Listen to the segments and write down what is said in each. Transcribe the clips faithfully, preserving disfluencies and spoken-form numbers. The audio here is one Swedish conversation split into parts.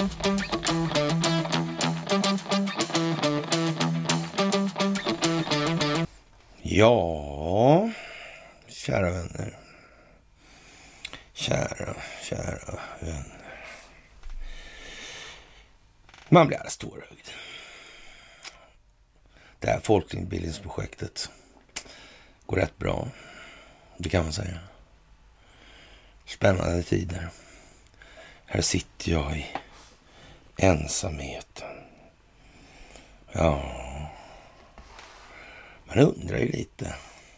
Ja, kära vänner. Kära, kära vänner. Man blir alldeles tårögd. Det här folkbildningsprojektet går rätt bra. Det kan man säga. Spännande tider. Här sitter jag i ensamheten. Ja... Man undrar ju lite.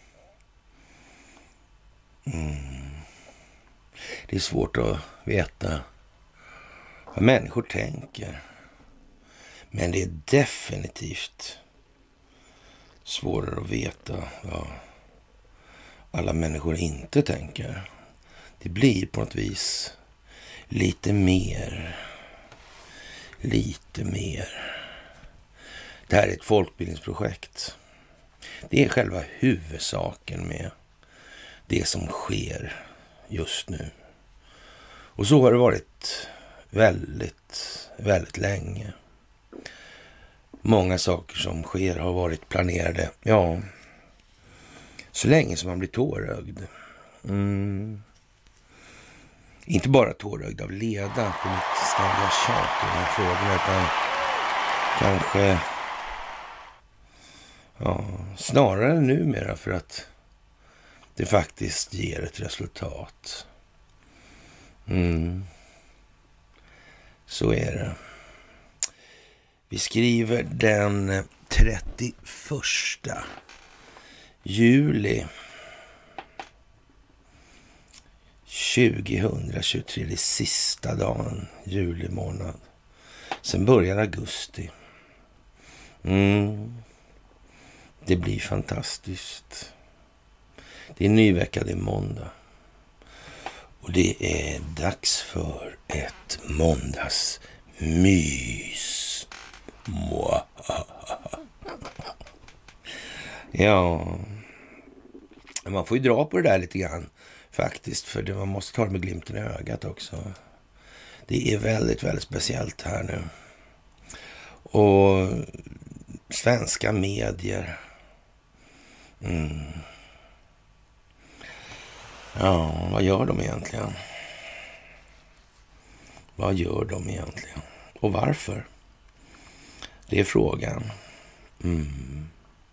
Mm. Det är svårt att veta vad människor tänker. Men det är definitivt svårare att veta vad alla människor inte tänker. Det blir på något vis lite mer. Lite mer. Det här är ett folkbildningsprojekt. Det är själva huvudsaken med det som sker just nu. Och så har det varit väldigt, väldigt länge. Många saker som sker har varit planerade, ja, så länge som man blir tårögd. Mm. Inte bara tårögd av leda på mitt ständiga tjat i de här frågorna, utan kanske... Ja, snarare numera för att det faktiskt ger ett resultat. Mm. Så är det. Vi skriver den trettioförsta juli tjugohundratjugotre, det sista dagen, juli månad. Sen börjar augusti. Mm. Det blir fantastiskt. Det är en ny vecka, det är måndag. Och det är dags för ett måndagsmys. Mwah. Ja, man får ju dra på det där lite grann faktiskt. För det, man måste ta det med glimten i ögat också. Det är väldigt, väldigt speciellt här nu. Och svenska medier... Mm. Ja, vad gör de egentligen? Vad gör de egentligen? Och varför? Det är frågan. Mm.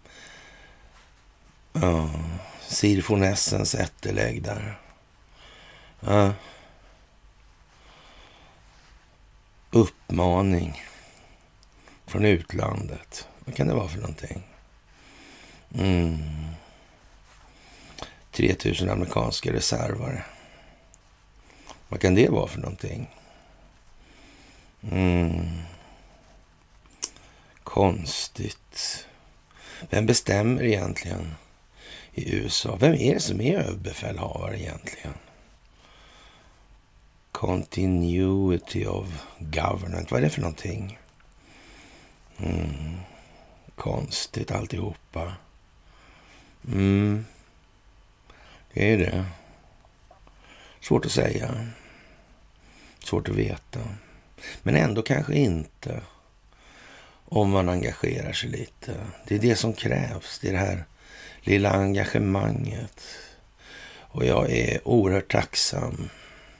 Ja, Siv von Essens ättelägg där. Ja. Uppmaning från utlandet. Vad kan det vara för någonting? Mm. tre tusen amerikanska reservare. Vad kan det vara för någonting? Mm. Konstigt. Vem bestämmer egentligen i U S A? Vem är det som är överbefälhavare egentligen? Continuity of government. Vad är det för någonting? Mm. Konstigt alltihopa. Mm. Det är det. Svårt att säga. Svårt att veta. Men ändå kanske inte. Om man engagerar sig lite. Det är det som krävs. Det är det här lilla engagemanget. Och jag är oerhört tacksam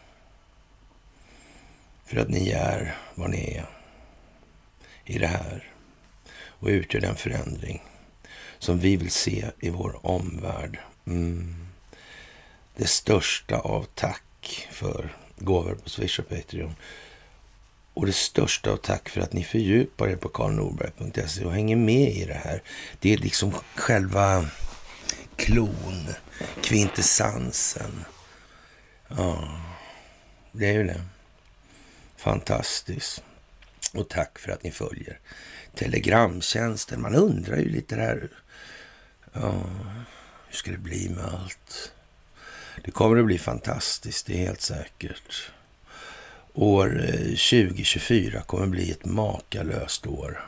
för att ni är vad ni är i det här. Och utgör den förändring som vi vill se i vår omvärld. Mm. Det största av tack för gåvor på Swish och Patreon. Och det största av tack för att ni fördjupar er på karl norberg punkt se och hänger med i det här. Det är liksom själva klon, kvintessensen. Ja, det är ju det. Fantastiskt. Och tack för att ni följer telegramtjänsten. Man undrar ju lite där. Ja, hur ska det bli med allt? Det kommer att bli fantastiskt, det är helt säkert. År tjugo tjugofyra kommer att bli ett makalöst år.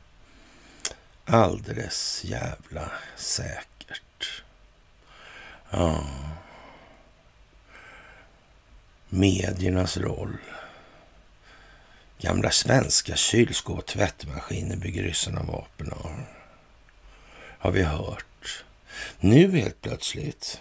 Alldeles jävla säkert. Ja. Mediernas roll. Gamla svenska kylskåp och tvättmaskiner bygger ryssarna vapen av. Har vi hört. Nu helt plötsligt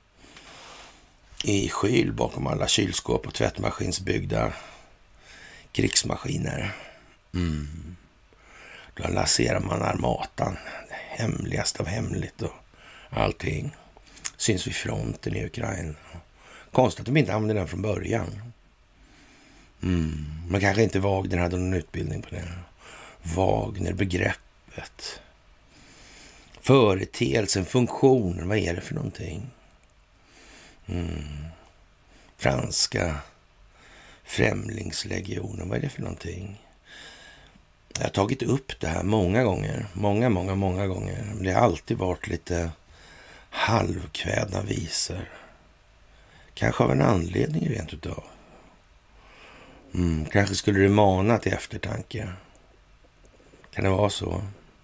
i skyl bakom alla kylskåp och tvättmaskinsbyggda krigsmaskiner. Mm. Då lanserar man armatan. Det hemligaste av hemligt och allting. Syns vid fronten i Ukraina. Konstigt att de inte använde den från början. Mm. Men kanske inte Wagner hade någon utbildning på det. Wagner, begreppet. Företeelsen, funktionen, vad är det för någonting? Mm. Franska främlingslegionen, vad är det för någonting? Jag har tagit upp det här många gånger. Många, många, många gånger. Men det har alltid varit lite halvkvädna visor. Kanske av en anledning rent utav. Mm, kanske skulle det mana till eftertanke. Kan det vara så?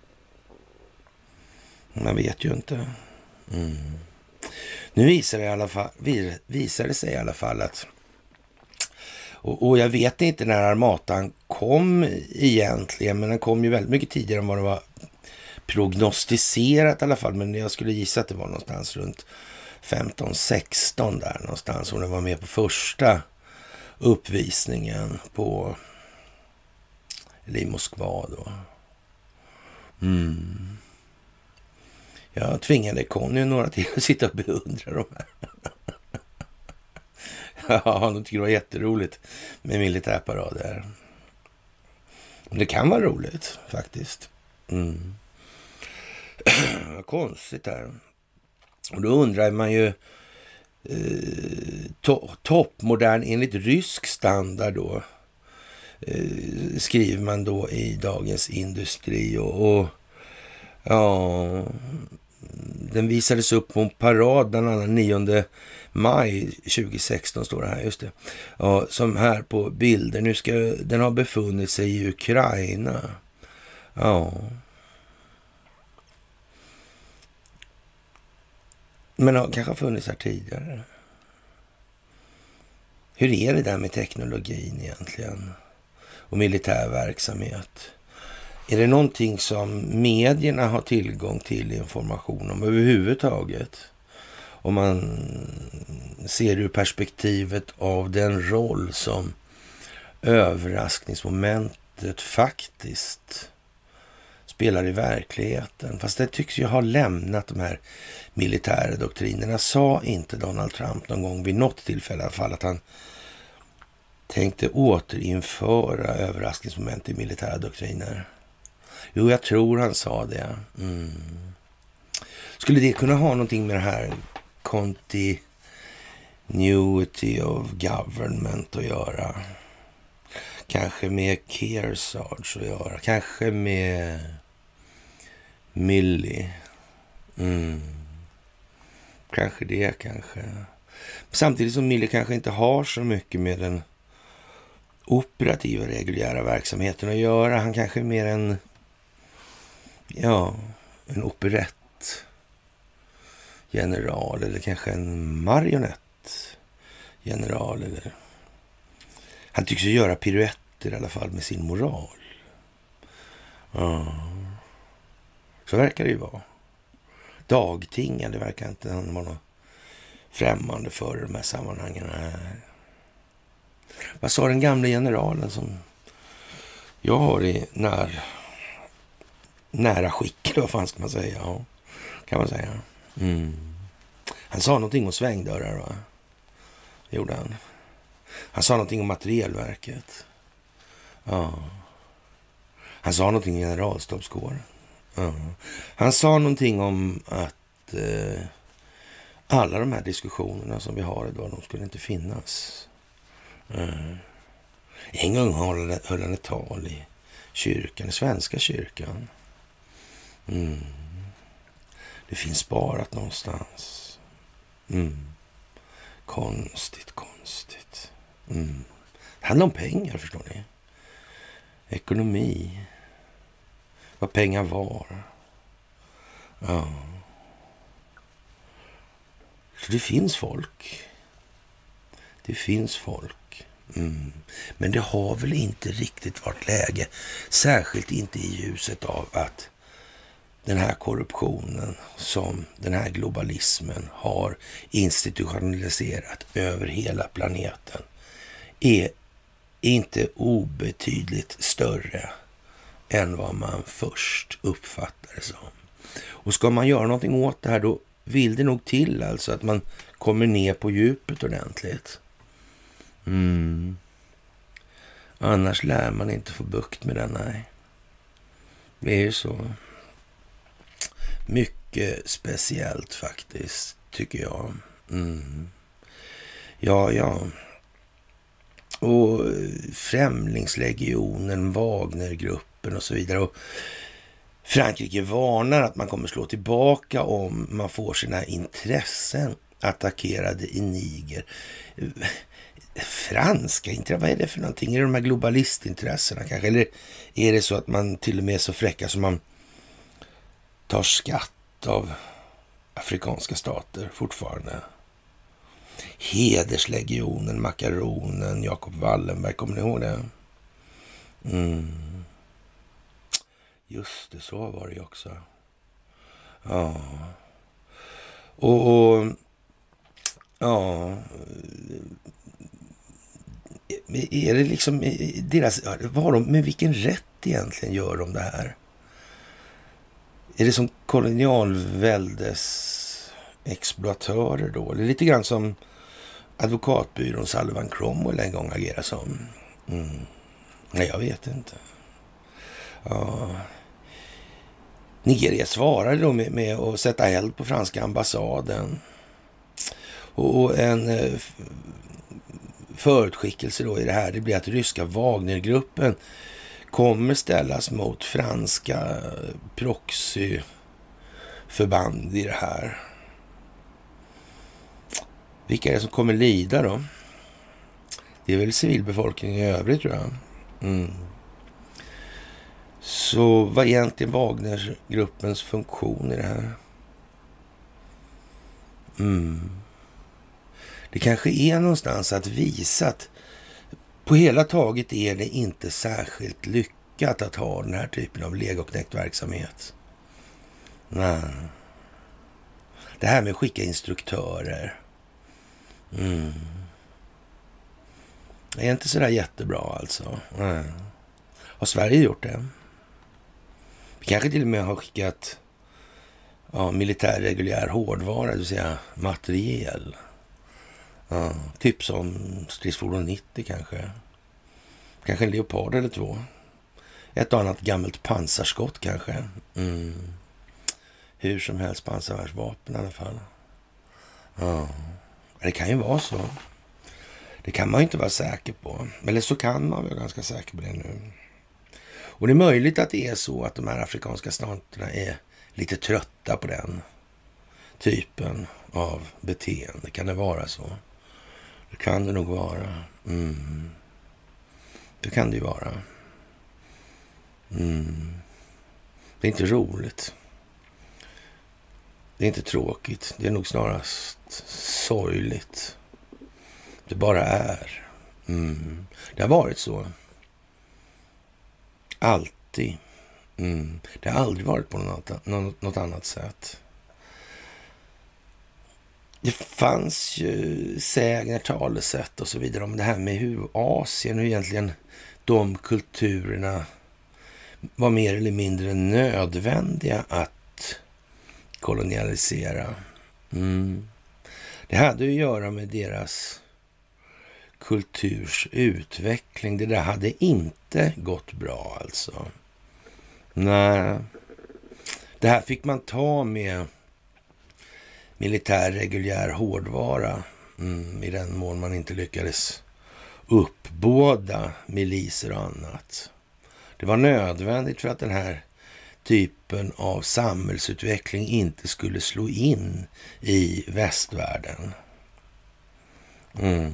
Man vet ju inte. Mm. Nu visar det, i alla fall, visar det sig i alla fall att... Och, och jag vet inte när armatan kom egentligen, men den kom ju väldigt mycket tidigare än vad det var prognostiserat i alla fall. Men jag skulle gissa att det var någonstans runt femton sexton där någonstans. Och den var med på första uppvisningen på, eller i Moskva då. Mm. Jag tvingade Conny några till att sitta och beundra dem här. Ja, de tycker det var jätteroligt med militärparader. Det kan vara roligt faktiskt. Mm. Vad konstigt här. Och då undrar man ju eh, to- toppmodern enligt rysk standard då. Eh, skriver man då i Dagens Industri och, och ja, den visades upp på en parad bland annat nionde maj tjugohundrasexton står det här, just det. Ja, som här på bilder. Nu ska den ha befunnit sig i Ukraina. Ja. Men har kanske funnits här tidigare. Hur är det där med teknologin egentligen? Och militär verksamhet? Är det någonting som medierna har tillgång till information om överhuvudtaget? Om man ser ur perspektivet av den roll som överraskningsmomentet faktiskt spelar i verkligheten. Fast det tycks ju ha lämnat de här militära doktrinerna. Sa inte Donald Trump någon gång vid något tillfälle i alla fall att han tänkte återinföra överraskningsmoment i militära doktriner? Jo, jag tror han sa det. Mm. Skulle det kunna ha någonting med det här continuity of government att göra? Kanske med Kearsarge att göra? Kanske med Milley? Mm. Kanske det, kanske. Samtidigt som Milley kanske inte har så mycket med den operativa reguljära verksamheten att göra. Han kanske är mer en ja, en operett general eller kanske en marionett general. Eller... Han tycks ju göra piruetter i alla fall med sin moral. Ja. Så verkar det ju vara. Dagtinga, det verkar inte han vara något främmande för de här sammanhangen. Nej. Vad sa den gamla generalen som jag har i när, nära skick, vad fan ska man säga? Ja, kan man säga. Mm. Han sa någonting om svängdörrar, va? Gjorde han. Han sa någonting om materielverket. Ja. Han sa någonting i generalstabskåren. Ja. Han sa någonting om att eh, alla de här diskussionerna som vi har idag, de skulle inte finnas. Mm. En gång höll han ett tal i kyrkan, i svenska kyrkan. Mm. Det finns sparat någonstans. Mm. Konstigt, konstigt. Mm. Det handlar om pengar, förstår ni. Ekonomi. Vad pengar var. Ja. Så det finns folk. Det finns folk. Mm. Men det har väl inte riktigt varit läge, särskilt inte i ljuset av att den här korruptionen som den här globalismen har institutionaliserat över hela planeten är inte obetydligt större än vad man först uppfattar det som. Och ska man göra någonting åt det här, då vill det nog till alltså att man kommer ner på djupet ordentligt. Mm. Annars lär man inte få bukt med den, nej. Det är ju så. Mycket speciellt faktiskt, tycker jag. Mm. Ja, ja. Och Främlingslegionen, Wagnergruppen och så vidare. Och Frankrike varnar att man kommer slå tillbaka om man får sina intressen attackerade i Niger. Franska intressen, vad är det för någonting? Är det de här globalistintressena kanske? Eller är det så att man till och med är så fräcka som man tar skatt av afrikanska stater fortfarande? Hederslegionen, Makaronen, Jakob Wallenberg, kommer ni ihåg det? Mm. Just det, så var det ju också. Ja. Och, och ja, är det liksom deras, vad har de, med vilken rätt egentligen gör de det här? Är det som kolonialväldes exploatörer då? Eller lite grann som advokatbyrån Sullivan Cromwell en gång agerade som? Mm. Nej, jag vet inte. Ja. Nigeria svarade då med, med att sätta eld på franska ambassaden. Och, och en eh, förutskickelse då i det här, det blir att ryska Wagnergruppen kommer ställas mot franska proxyförband i det här. Vilka är det som kommer lida då? Det är väl civilbefolkningen i övrigt, tror jag. Mm. Så vad är egentligen Wagnergruppens funktion i det här? Mm. Det kanske är någonstans att visa att på hela taget är det inte särskilt lyckat att ha den här typen av legoknäktverksamhet. Nej. Det här med att skicka instruktörer. Mm. Det är inte sådär jättebra alltså. Nej. Har Sverige gjort det? Vi kanske till och med har skickat ja, militär reguljär hårdvara, det vill säga materiel. Ja, typ som stridsfordon nittio kanske. Kanske en Leopard eller två. Ett och annat gammalt pansarskott kanske. Mm. Hur som helst pansarvärnsvapen i alla fall. Ja, det kan ju vara så. Det kan man ju inte vara säker på. Eller så kan man vara ganska säker på det nu. Och det är möjligt att det är så att de här afrikanska staterna är lite trötta på den typen av beteende. Kan det vara så? Det kan det nog vara. Mm. Det kan det ju vara. Mm. Det är inte roligt. Det är inte tråkigt. Det är nog snarast sorgligt. Det bara är. Mm. Det har varit så. Alltid. Mm. Det har aldrig varit på något, något annat sätt. Det fanns ju sägner, talesätt och så vidare om det här med hur Asien och egentligen de kulturerna var mer eller mindre nödvändiga att kolonialisera. Mm. Det hade ju att göra med deras kulturs utveckling. Det där hade inte gått bra alltså. Nej. Det här fick man ta med militär reguljär hårdvara. Mm, i den mån man inte lyckades uppbåda miliser och annat. Det var nödvändigt för att den här typen av samhällsutveckling inte skulle slå in i västvärlden. Mm.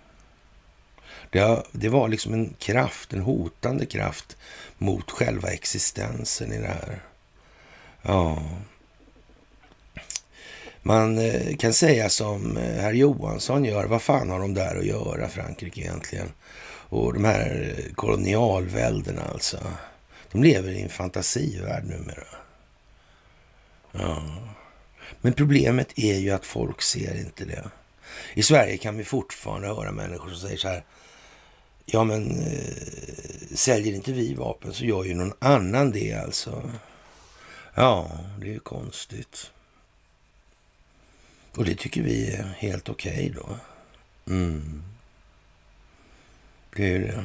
Det, det var liksom en kraft, en hotande kraft mot själva existensen i det här. Ja. Man kan säga som herr Johansson gör, vad fan har de där att göra, Frankrike egentligen? Och de här kolonialväldena alltså, de lever i en fantasivärld numera. Ja. Men problemet är ju att folk ser inte det. I Sverige kan vi fortfarande höra människor som säger så här: ja men eh, säljer inte vi vapen så gör ju någon annan det alltså. Ja, det är ju konstigt. Och det tycker vi är helt okej okay då. Mm. Det är ju det.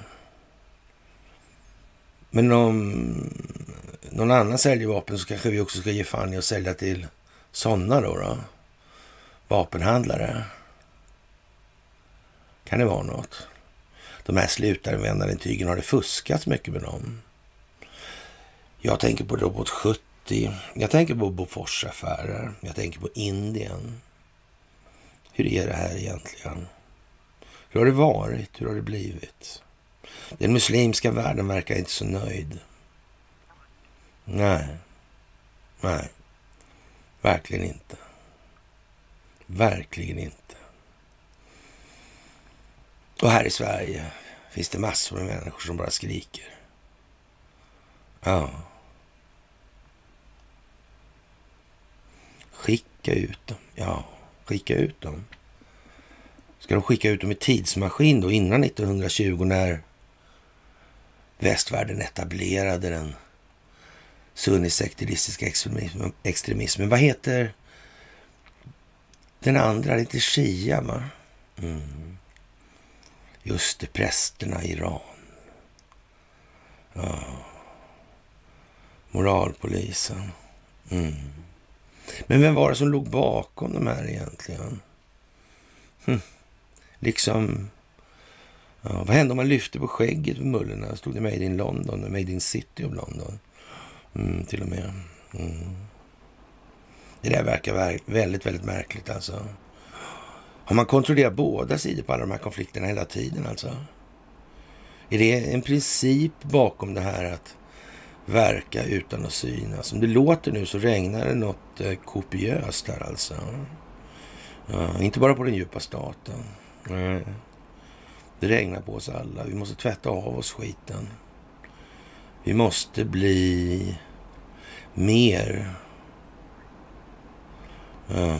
Men om någon annan säljer vapen så kanske vi också ska ge fan i att sälja till sådana då, då. Vapenhandlare. Kan det vara något? De här slutanvändarintygen, har det fuskats mycket med dem? Jag tänker på Robot sjuttio. Jag tänker på Bofors-affärer. Jag tänker på Indien. Hur är det här egentligen? Hur har det varit? Hur har det blivit? Den muslimska världen verkar inte så nöjd. Nej. Nej. Verkligen inte. Verkligen inte. Och här i Sverige finns det massor med människor som bara skriker. Ja. Skicka ut dem. Ja, skicka ut dem. Ska de skicka ut dem i tidsmaskin då innan nittonhundratjugo när västvärlden etablerade den sunnisekteristiska extremismen, extremismen. Vad heter den andra? Det är inte Shia, va? Mm. Just det, prästerna i Iran. Ja. Moralpolisen. Mm. Men vem var det som låg bakom de här egentligen? Hm. Liksom, ja, vad hände om man lyfte på skägget på mullorna? Stod det Made in London, Made in City of London. Mm, till och med. Mm. Det där verkar väldigt, väldigt märkligt alltså. Har man kontrollerat båda sidor på alla de här konflikterna hela tiden alltså? Är det en princip bakom det här att verka utan att synas? Som det låter nu så regnar det något eh, kopiöst där alltså. Ja, inte bara på den djupa staten. Nej. Det regnar på oss alla. Vi måste tvätta av oss skiten. Vi måste bli mer ja,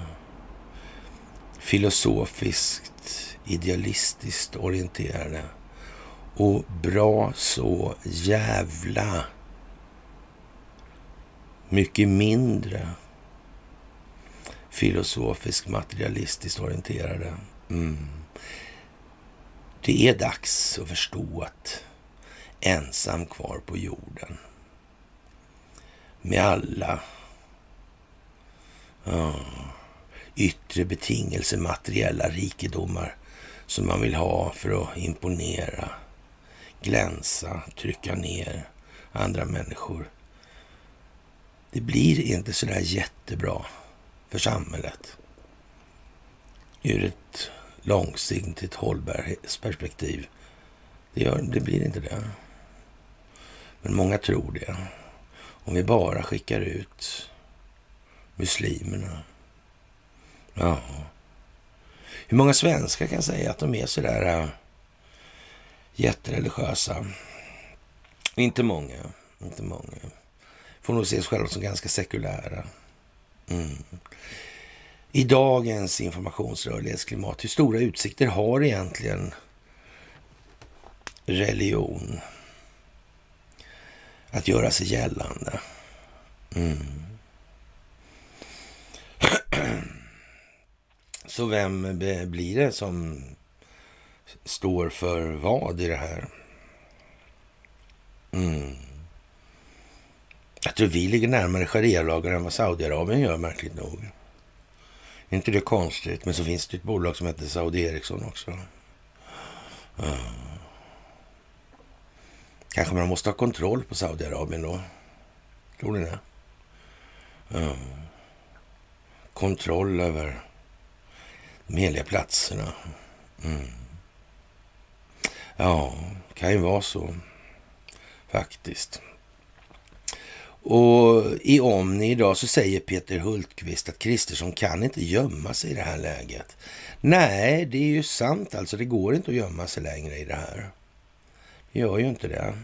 filosofiskt, idealistiskt orienterade. Och bra så jävla mycket mindre filosofiskt, materialistiskt orienterade. Mm. Det är dags att förstå att ensam kvar på jorden med alla ja, yttre betingelser, materiella rikedomar som man vill ha för att imponera, glänsa, trycka ner andra människor. Det blir inte så där jättebra för samhället ur ett långsiktigt hållbarhetsperspektiv. Det, gör, det blir inte det. Men många tror det. Om vi bara skickar ut muslimerna. Ja. Hur många svenskar kan säga att de är så där uh, jättereligiösa? Inte många. Inte många. Får nog se sig själva som ganska sekulära. Mm. I dagens informationsrörlighetsklimat, hur stora utsikter har egentligen religion att göra sig gällande? Mm. Så vem blir det som står för vad i det här? Mm. Jag tror vi ligger närmare sharia-lagar än vad Saudiarabien gör, märkligt nog. Inte det konstigt, men så finns det ett bolag som heter Saudi Ericsson också. Ja. Kanske man måste ha kontroll på Saudiarabien då. Tror ni det? Ja. Kontroll över de heliga platserna. Mm. Ja, kan ju vara så faktiskt. Och i Omni idag så säger Peter Hultqvist att Kristersson kan inte gömma sig i det här läget. Nej, det är ju sant alltså. Det går inte att gömma sig längre i det här. Det gör ju inte det.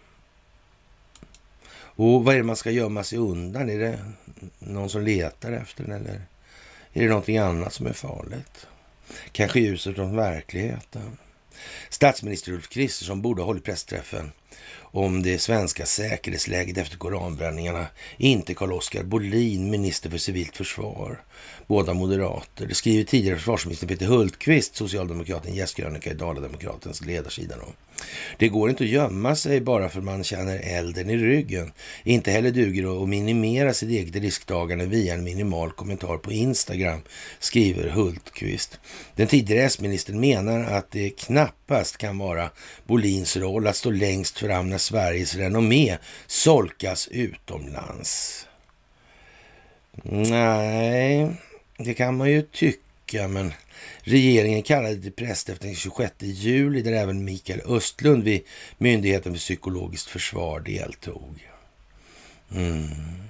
Och vad är det man ska gömma sig undan? Är det någon som letar efter den, eller är det någonting annat som är farligt? Kanske ljuset från verkligheten. Statsminister Ulf Kristersson borde ha hållit pressträffen om det svenska säkerhetsläget efter koranbränningarna. Inte Carl-Oskar Bolin, minister för civilt försvar. Båda moderater. Det skriver tidigare försvarsminister Peter Hultqvist, socialdemokraten gästkrönika i Dala-Demokratens ledarsida. Då. Det går inte att gömma sig bara för man känner elden i ryggen. Inte heller duger det att minimera sitt eget risktagande via en minimal kommentar på Instagram, skriver Hultqvist. Den tidigare S-ministern menar att det knappast kan vara Bolins roll att stå längst fram när Sveriges renommé solkas utomlands. Nej, det kan man ju tycka, men regeringen kallade till press efter den tjugosjätte juli där även Mikael Östlund vid Myndigheten för psykologiskt försvar deltog. Mm.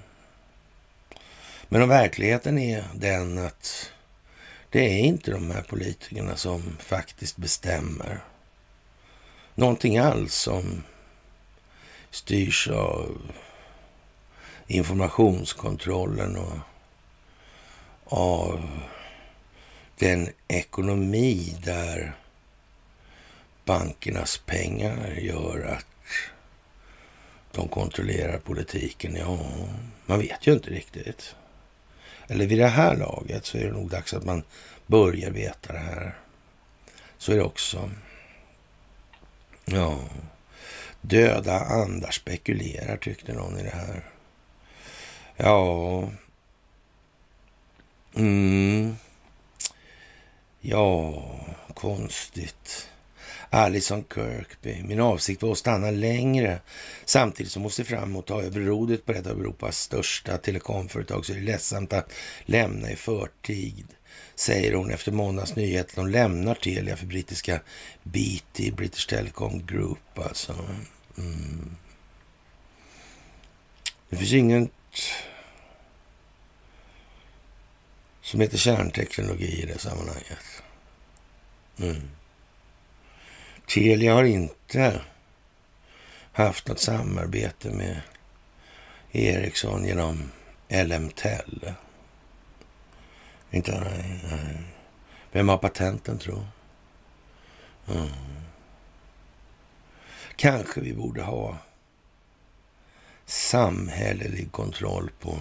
Men om verkligheten är den att det är inte de här politikerna som faktiskt bestämmer någonting alls, som styrs av informationskontrollen och av den ekonomi där bankernas pengar gör att de kontrollerar politiken. Ja, man vet ju inte riktigt. Eller vid det här laget så är det nog dags att man börjar veta det här. Så är det också. Ja, döda andar spekulerar, tyckte någon i det här. Ja. Mm. Ja, konstigt. Alison Kirkby. Min avsikt var att stanna längre. Samtidigt som måste fram emot ta över rodret på ett av Europas största telekomföretag, så är det ledsamt att lämna i förtid, säger hon efter måndagens nyheter. De lämnar Telia för brittiska B T, British Telecom Group. Alltså. Mm. Det finns inget som heter kärnteknologi i det sammanhanget. Mm. Telia har inte haft något samarbete med Ericsson genom L M Tel. Inte, nej, nej. Vem har patenten, tror? Mm. Kanske vi borde ha samhällelig kontroll på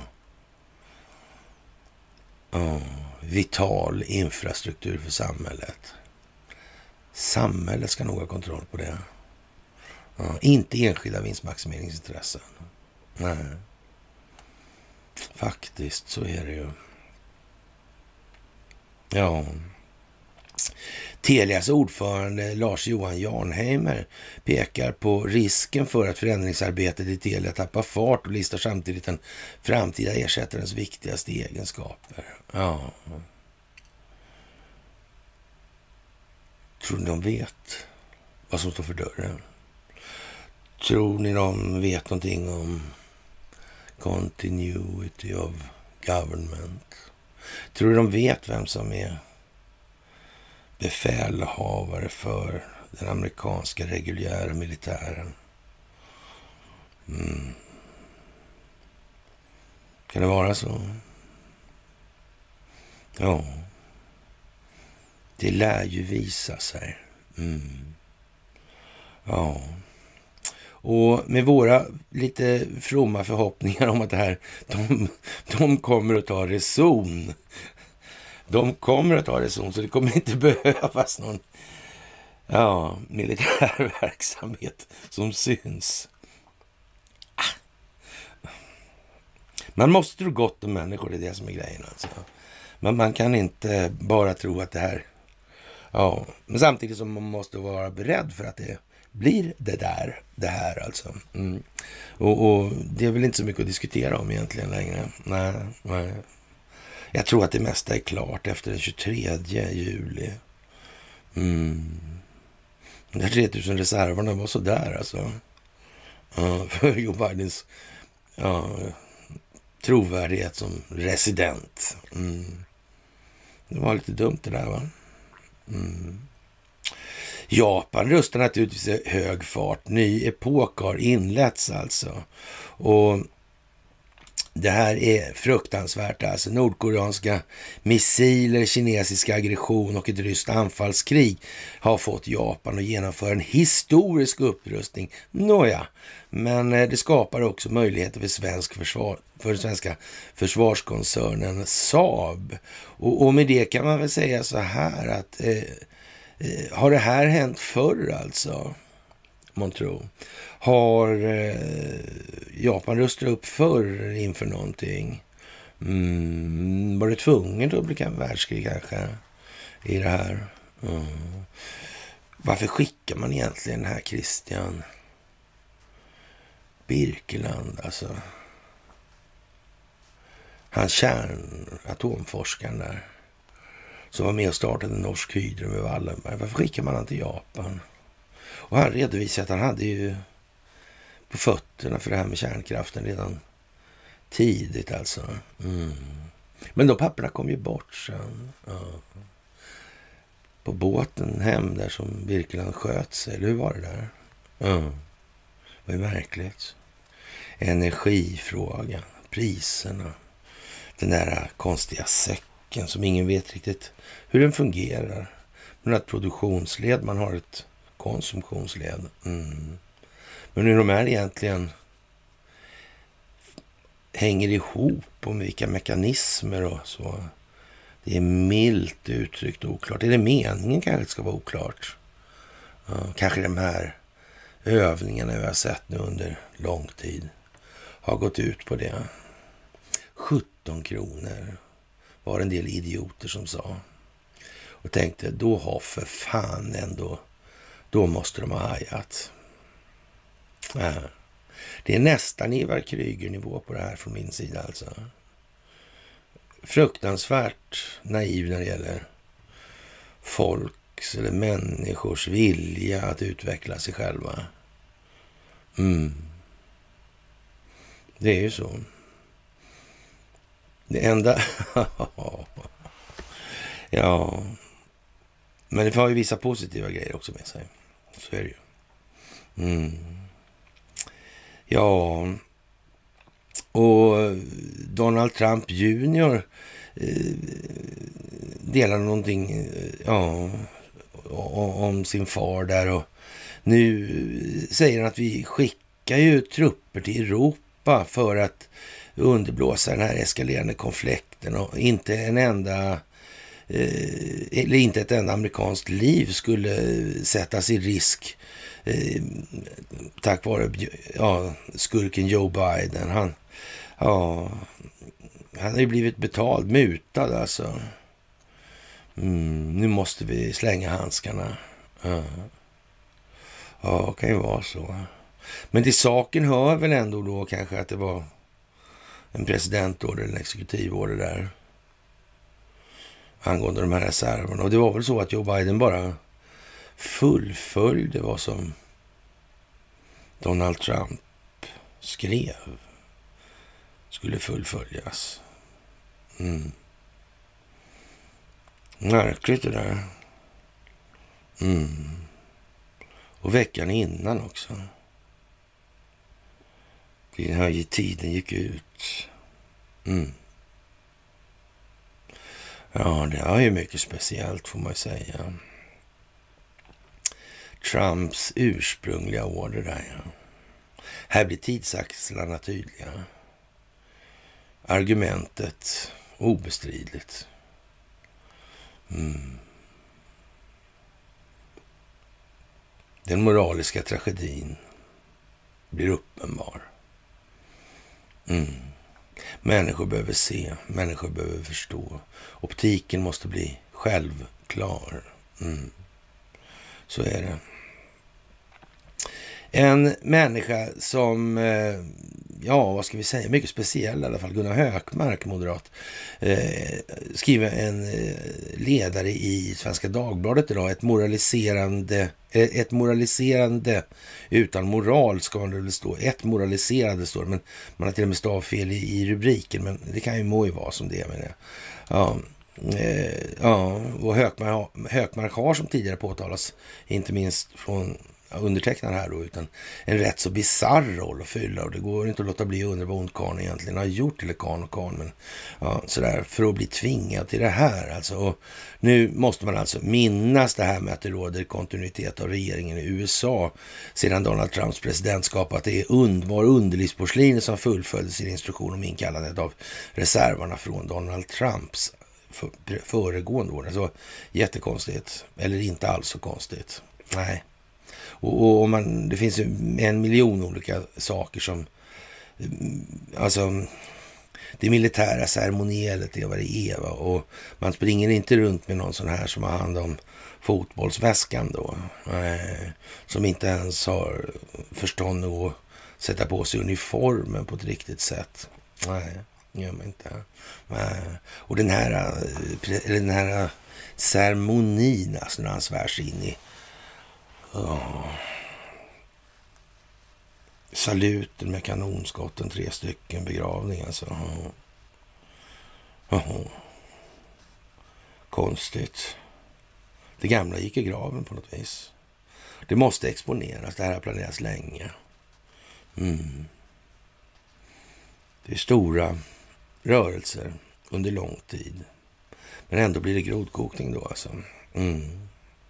oh, vital infrastruktur för samhället. Samhället ska nog ha kontroll på det. Ja, inte enskilda vinstmaximeringsintressen. Nej. Faktiskt så är det ju. Ja. Telias ordförande Lars-Johan Jarnheimer pekar på risken för att förändringsarbetet i Telia tappar fart och listar samtidigt den framtida ersättarens viktigaste egenskaper. Ja. Tror ni de vet vad som står för dörren? Tror ni de vet någonting om continuity of government? Tror ni de vet vem som är befälhavare för den amerikanska reguljära militären? Mm. Kan det vara så? Ja. Det lär ju visa sig. Mm. Ja. Och med våra lite fromma förhoppningar om att det här, de, de kommer att ta reson. De kommer att ta reson, så det kommer inte behövas någon ja, militär verksamhet som syns. Man måste tro gott om människor, det är det som är grejen alltså. Men man kan inte bara tro att det här... Ja, men samtidigt som man måste vara beredd för att det blir det där, det här alltså. Mm. Och, och det är väl inte så mycket att diskutera om egentligen längre. Nej, nej. Jag tror att det mesta är klart efter den tjugotredje juli. Mm. De tre tusen reserverna var så där alltså. Ja, för Joe Bidens ja, trovärdighet som resident. Mm. Det var lite dumt det där, va? Mm. Japan rustar naturligtvis i hög fart. Ny epok har inletts alltså. Och det här är fruktansvärt. Alltså nordkoreanska missiler, kinesisk aggression och ett ryskt anfallskrig har fått Japan att genomföra en historisk upprustning. Nåja, men det skapar också möjligheter för, svensk försvar, för den svenska försvarskoncernen Saab. Och, och med det kan man väl säga så här att eh, eh, har det här hänt förr alltså? Montro. Har eh, Japan rustat upp förr inför någonting? Mm, var det tvungen att bli en världskrig kanske i det här? Mm. Varför skickar man egentligen den här Christian Birkeland? Alltså, han kärnatomforskaren där som var med och startade Norsk Hydro med Wallenberg. Varför skickar man han till Japan? Och han redovisade att han hade ju på fötterna för det här med kärnkraften redan tidigt alltså. Mm. Men de papperna kom ju bort sen. Ja. På båten hem där som Birkeland sköt sig. Eller hur var det där? Ja. Det var ju märkligt. Energifrågan, priserna. Den där konstiga säcken som ingen vet riktigt hur den fungerar. Men att produktionsled, man har ett konsumtionsled. Mm. Men hur de här egentligen hänger ihop och med vilka mekanismer och så. Det är milt uttryckt oklart. Är det meningen kanske det ska vara oklart? Ja, kanske de här övningarna vi har sett nu under lång tid har gått ut på det. sjutton kronor var en del idioter som sa. Och tänkte, då har för fan ändå, då måste de ha hajat. Ja. Det är nästan Ivar Kryger-nivå på det här från min sida alltså. Fruktansvärt naiv när det gäller folks eller människors vilja att utveckla sig själva. Mm. Det är ju så. Det enda... ja. Men det har ju vissa positiva grejer också med sig. Så är det ju. Mm. Ja, och Donald Trump junior eh, delar någonting eh, ja, om sin far där. Och nu säger han att vi skickar ju trupper till Europa för att underblåsa den här eskalerande konflikten. Och inte en enda... Eh, eller inte ett enda amerikanskt liv skulle sättas i risk eh, tack vare ja, skurken Joe Biden. Han, ja, han har ju blivit betald, mutad alltså. Mm, nu måste vi slänga handskarna. Ja, ja, kan ju vara så. Men till saken hör väl ändå då kanske att det var en presidentorder eller en exekutivorder där angående de här reserverna. Och det var väl så att Joe Biden bara fullföljde vad som Donald Trump skrev skulle fullföljas. Mm. Märkligt det där. Mm. Och veckan innan också. Den här tiden gick ut. Mm. Ja, det är ju mycket speciellt får man säga. Trumps ursprungliga order där, ja. Här blir tidsaxlarna tydliga. Argumentet obestridligt. Mm. Den moraliska tragedin blir uppenbar. Mm. Människor behöver se, människor behöver förstå. Optiken måste bli självklar. Mm. Så är det. En människa som, ja vad ska vi säga, mycket speciell i alla fall, Gunnar Hökmark, moderat, eh, skriver en ledare i Svenska Dagbladet idag, ett moraliserande, ett moraliserande utan moral ska det väl stå, ett moraliserande står, men man har till och med stavfel i, i rubriken, men det kan ju må ju vara som det, men det. Ja. Eh, ja, och Hökmark, Hökmark har som tidigare påtalas, inte minst från undertecknad här då, utan en rätt så bizarr roll att fylla, och det går inte att låta bli att undra vad ondkarn egentligen har gjort, eller karn och karn, men ja, sådär, för att bli tvingad till det här alltså. Och nu måste man alltså minnas det här med att det råder kontinuitet av regeringen i U S A sedan Donald Trumps presidentskap, att det är und, var underlivsporslinet som fullföljde sin instruktion om inkallandet av reservarna från Donald Trumps för, föregående år. Alltså jättekonstigt, eller inte alls så konstigt. Nej. Och, och man, det finns ju en miljon olika saker som, alltså det militära ceremonielet, det var det Eva, och man springer inte runt med någon sån här som har hand om fotbollsväskan då, nej, som inte ens har förstånd att sätta på sig uniformen på ett riktigt sätt. Nej, gör man inte. Nej. Och den här, den här ceremonin, alltså när han svär sig in i oh. saluten med kanonskotten, tre stycken, begravning alltså. Oh. Oh. Konstigt. Det gamla gick i graven på något vis. Det måste exponeras, det här har planerats länge. Mm. Det är stora rörelser under lång tid. Men ändå blir det grodkokning då alltså. Mm.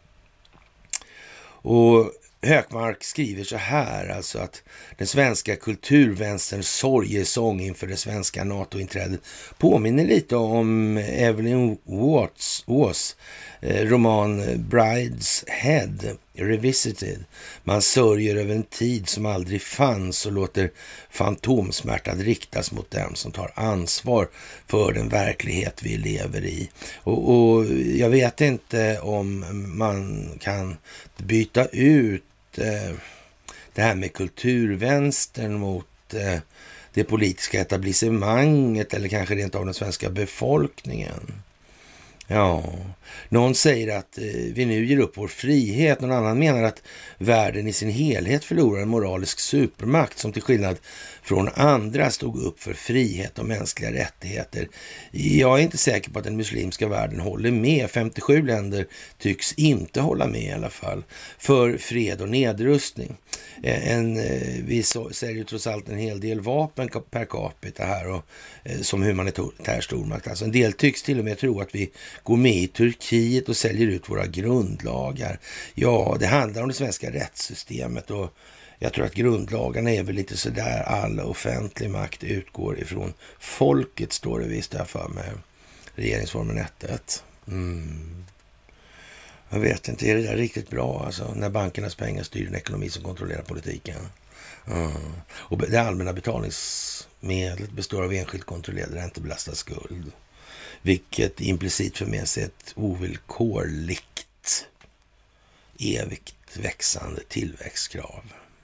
Och Hökmark skriver så här, alltså att den svenska kulturvänsterns sorgesång inför det svenska NATO-inträdet påminner lite om Evelyn Watts, Watts eh, roman Bride's Head Revisited. Man sörjer över en tid som aldrig fanns och låter fantomsmärtan riktas mot dem som tar ansvar för den verklighet vi lever i. Och, och jag vet inte om man kan byta ut eh, det här med kulturvänstern mot eh, det politiska etablissemanget, eller kanske rent av den svenska befolkningen. Ja, någon säger att eh, vi nu ger upp vår frihet. Någon annan menar att världen i sin helhet förlorar en moralisk supermakt som till skillnad från andra stod upp för frihet och mänskliga rättigheter. Jag är inte säker på att den muslimska världen håller med. femtiosju länder tycks inte hålla med i alla fall för fred och nedrustning. En, vi säljer ju trots allt en hel del vapen per capita här och, som humanitär stormakt. Alltså en del tycks till och med tro att vi går med i Turkiet och säljer ut våra grundlagar. Ja, det handlar om det svenska rättssystemet, och jag tror att grundlagarna är väl lite sådär, all offentlig makt utgår ifrån folket, står det visst där för mig. Regeringsformen ett ett. Mm. Jag vet inte, är det där riktigt bra alltså, när bankernas pengar styr den ekonomi som kontrollerar politiken? Mm. Och det allmänna betalningsmedlet består av enskilt kontrollerad räntebelastad skuld, vilket implicit för med sig ett ovillkorligt evigt växande tillväxtkrav.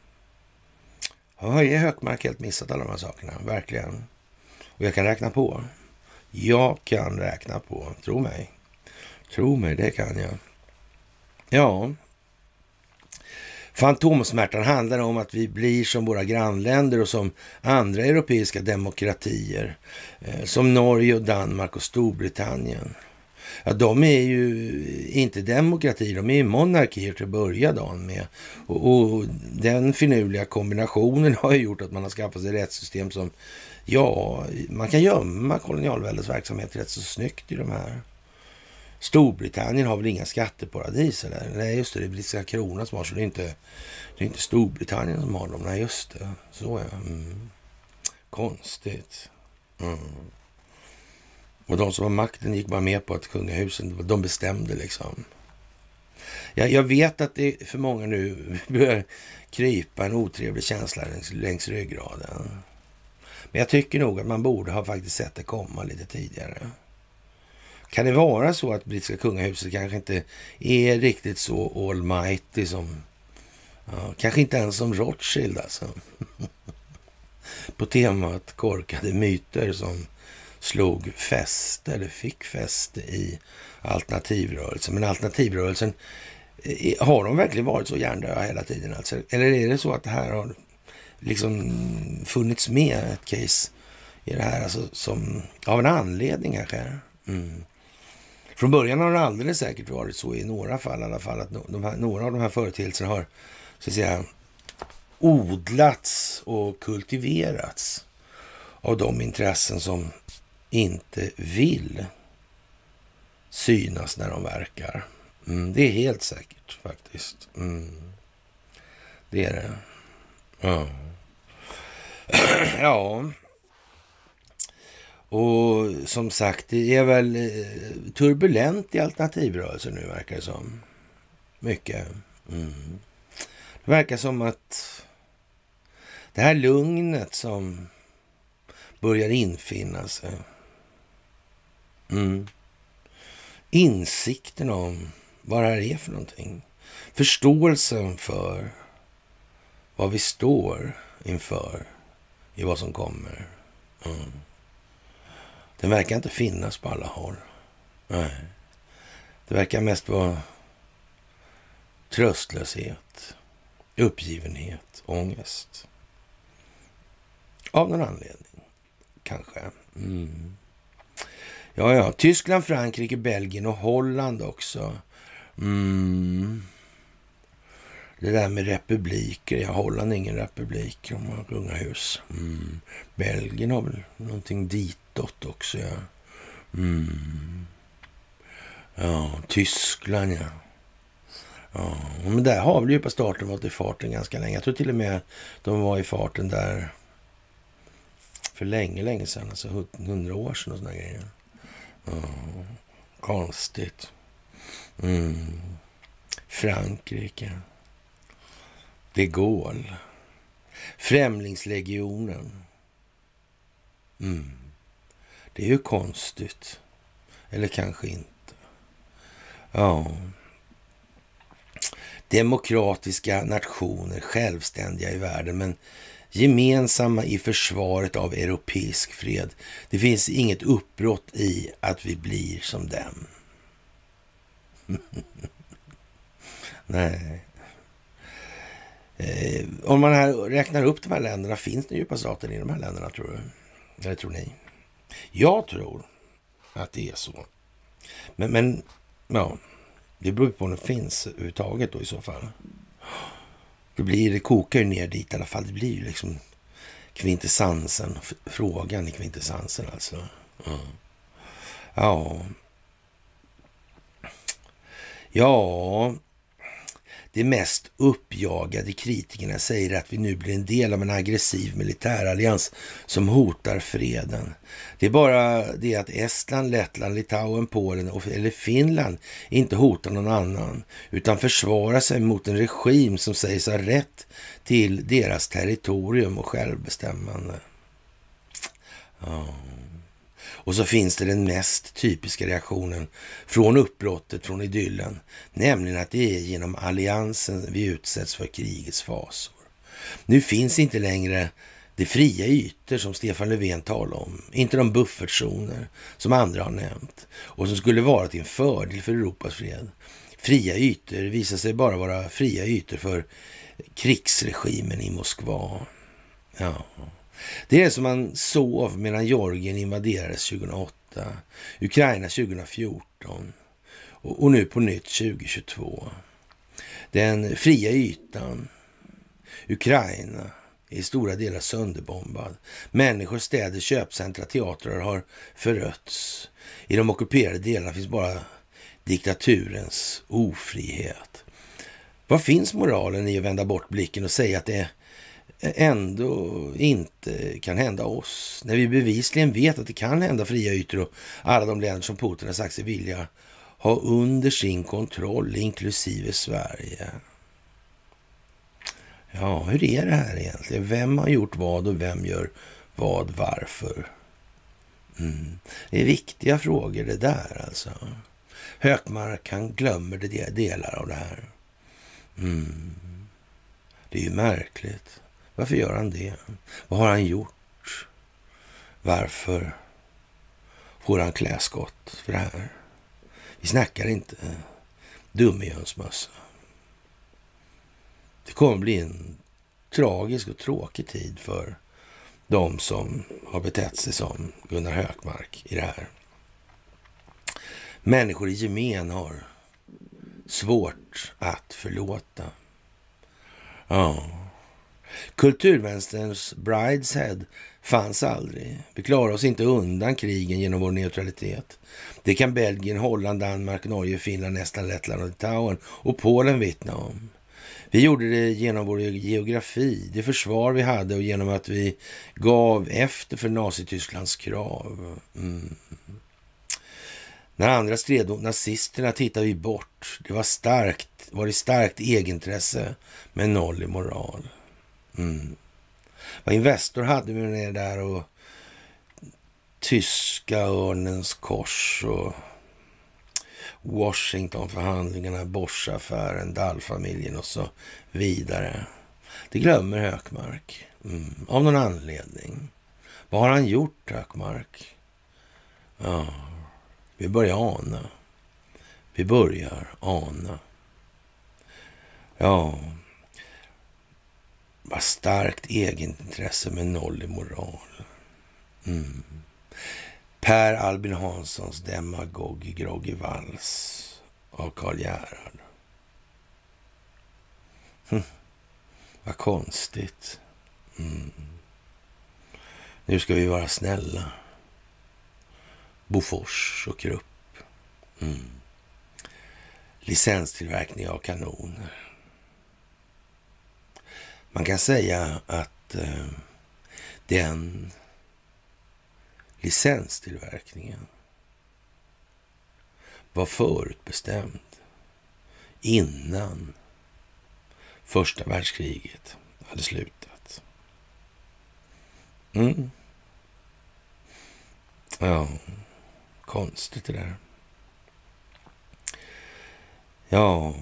Har jag Hökmark helt missat alla de här sakerna, verkligen. Och jag kan räkna på. Jag kan räkna på, tro mig. Tro mig, det kan jag. Ja. Fantomsmärtan handlar om att vi blir som våra grannländer och som andra europeiska demokratier. Eh, som Norge och Danmark och Storbritannien. Ja, de är ju inte demokratier, de är ju monarkier till att börja dagen med. Och, och den finurliga kombinationen har ju gjort att man har skaffat sig rättssystem som, ja, man kan gömma kolonialväldets verksamhet rätt så snyggt i de här. Storbritannien har väl inga skatteparadis eller? Nej, just det, det är brittiska kronan som har, så det är inte, det är inte Storbritannien som har dem. Nej, just det. Så är det. Mm. Konstigt. Mm. Och de som har makten gick bara med på att kungahusen, de bestämde liksom. Jag, jag vet att det för många nu börjar krypa en otrevlig känsla längs, längs ryggraden. Men jag tycker nog att man borde ha faktiskt sett det komma lite tidigare. Kan det vara så att brittiska kungahuset kanske inte är riktigt så almighty som Ja, kanske inte ens som Rothschild alltså. På temat korkade myter som slog fäste eller fick fäste i alternativrörelsen. Men alternativrörelsen, har de verkligen varit så hjärndöda hela tiden alltså? Eller är det så att det här har liksom funnits med ett case i det här alltså, som av en anledning kanske? Mm. Från början har det alldeles säkert varit så i några fall i alla fall att de här, några av de här företeelserna har så att säga odlats och kultiverats av de intressen som inte vill synas när de verkar. Mm, det är helt säkert faktiskt. Mm. Det är det. Ja. Ja. Och som sagt, det är väl turbulent i alternativrörelsen nu verkar det som. Mycket. Mm. Det verkar som att det här lugnet som börjar infinna sig. Mm. Insikten om vad det här är för någonting. Förståelsen för vad vi står inför i vad som kommer. Mm. Den verkar inte finnas på alla håll. Nej. Det verkar mest vara tröstlöshet, uppgivenhet, ångest. Av någon anledning, kanske. Mm. Ja, ja. Tyskland, Frankrike, Belgien och Holland också. Mm. Det där med republiker. Ja, Holland är ingen republik. De har kungahus. Mm. Belgien har väl någonting ditåt också, ja. Mm. Ja, Tyskland, ja. Ja, men där har väl djupa starten varit i farten ganska länge. Jag tror till och med de var i farten där för länge, länge sedan. Alltså hundra år sedan och sådana grejer. Ja, konstigt. Mm. Frankrike. De Gaulle. Främlingslegionen. Mm. Det är ju konstigt. Eller kanske inte. Ja. Demokratiska nationer, självständiga i världen, men gemensamma i försvaret av europeisk fred. Det finns inget uppbrott i att vi blir som dem. Nej. Eh, om man här räknar upp de här länderna, finns det djupa staten i de här länderna, tror du? Eller tror ni? Jag tror att det är så. Men, men ja, det beror på om det finns överhuvudtaget då i så fall. Det blir, det kokar ju ner dit i alla fall. Det blir ju liksom kvintessensen, frågan i kvintessensen alltså. Ja. Ja. Ja. De mest uppjagade kritikerna säger att vi nu blir en del av en aggressiv militärallians som hotar freden. Det är bara det att Estland, Lettland, Litauen, Polen eller Finland inte hotar någon annan utan försvarar sig mot en regim som sägs ha rätt till deras territorium och självbestämmande. Ja. Och så finns det den mest typiska reaktionen från uppbrottet, från idyllen. Nämligen att det är genom alliansen vi utsätts för krigets fasor. Nu finns inte längre de fria ytor som Stefan Löfven talar om. Inte de buffertzoner som andra har nämnt. Och som skulle vara till en fördel för Europas fred. Fria ytor visar sig bara vara fria ytor för krigsregimen i Moskva. Ja. Det är som man sov medan Georgien invaderades tjugohundraåtta, Ukraina tjugohundrafjorton och, och nu på nytt tjugohundratjugotvå. Den fria ytan, Ukraina, är i stora delar sönderbombad. Människor, städer, köpcentra, teatrar har förötts. I de ockuperade delarna finns bara diktaturens ofrihet. Vad finns moralen i att vända bort blicken och säga att det ändå inte kan hända oss, när vi bevisligen vet att det kan hända fria ytor och alla de länder som Putin har sagt sig vilja ha under sin kontroll, inklusive Sverige? Ja, hur är det här egentligen? Vem har gjort vad och vem gör vad, varför? Mm. Det är viktiga frågor det där alltså. Hökmark, han glömmer det delar av det här. Mm. Det är ju märkligt. Varför gör han det? Vad har han gjort? Varför får han kläskott för det här? Vi snackar inte dummejönsmössa. Det kommer bli en tragisk och tråkig tid för de som har betett sig som Gunnar Hökmark i det här. Människor i gemen har svårt att förlåta. Ja. Kulturvänsterns brideshead fanns aldrig. Vi klarar oss inte undan krigen genom vår neutralitet. Det kan Belgien, Holland, Danmark, Norge, Finland, Estland, Lettland och Litauen och Polen vittna om. Vi gjorde det genom vår geografi, det försvar vi hade och genom att vi gav efter för Nazitysklands krav. Mm. När andra stred mot nazisterna tittade vi bort. Det var starkt, var det starkt egenintresse med noll i moral. Mm. Vad Investor hade med det där och tyska örnens kors och Washingtonförhandlingarna, Bosch-affären, Dahl-familjen och så vidare. Det glömmer Hökmark. Mm. Av någon anledning. Vad har han gjort, Hökmark? Ja, vi börjar ana. Vi börjar ana. Ja, vad starkt egenintresse med noll i moral. Mm. Per Albin Hanssons Demagogi Groggy Vals av Karl Gerhard. Hm. Vad konstigt. Mm. Nu ska vi vara snälla. Bofors och Krupp. Mm. Licenstillverkning av kanoner. Man kan säga att eh, den licenstillverkningen var förutbestämd innan första världskriget hade slutat. Mm. Ja, konstigt det där. Ja,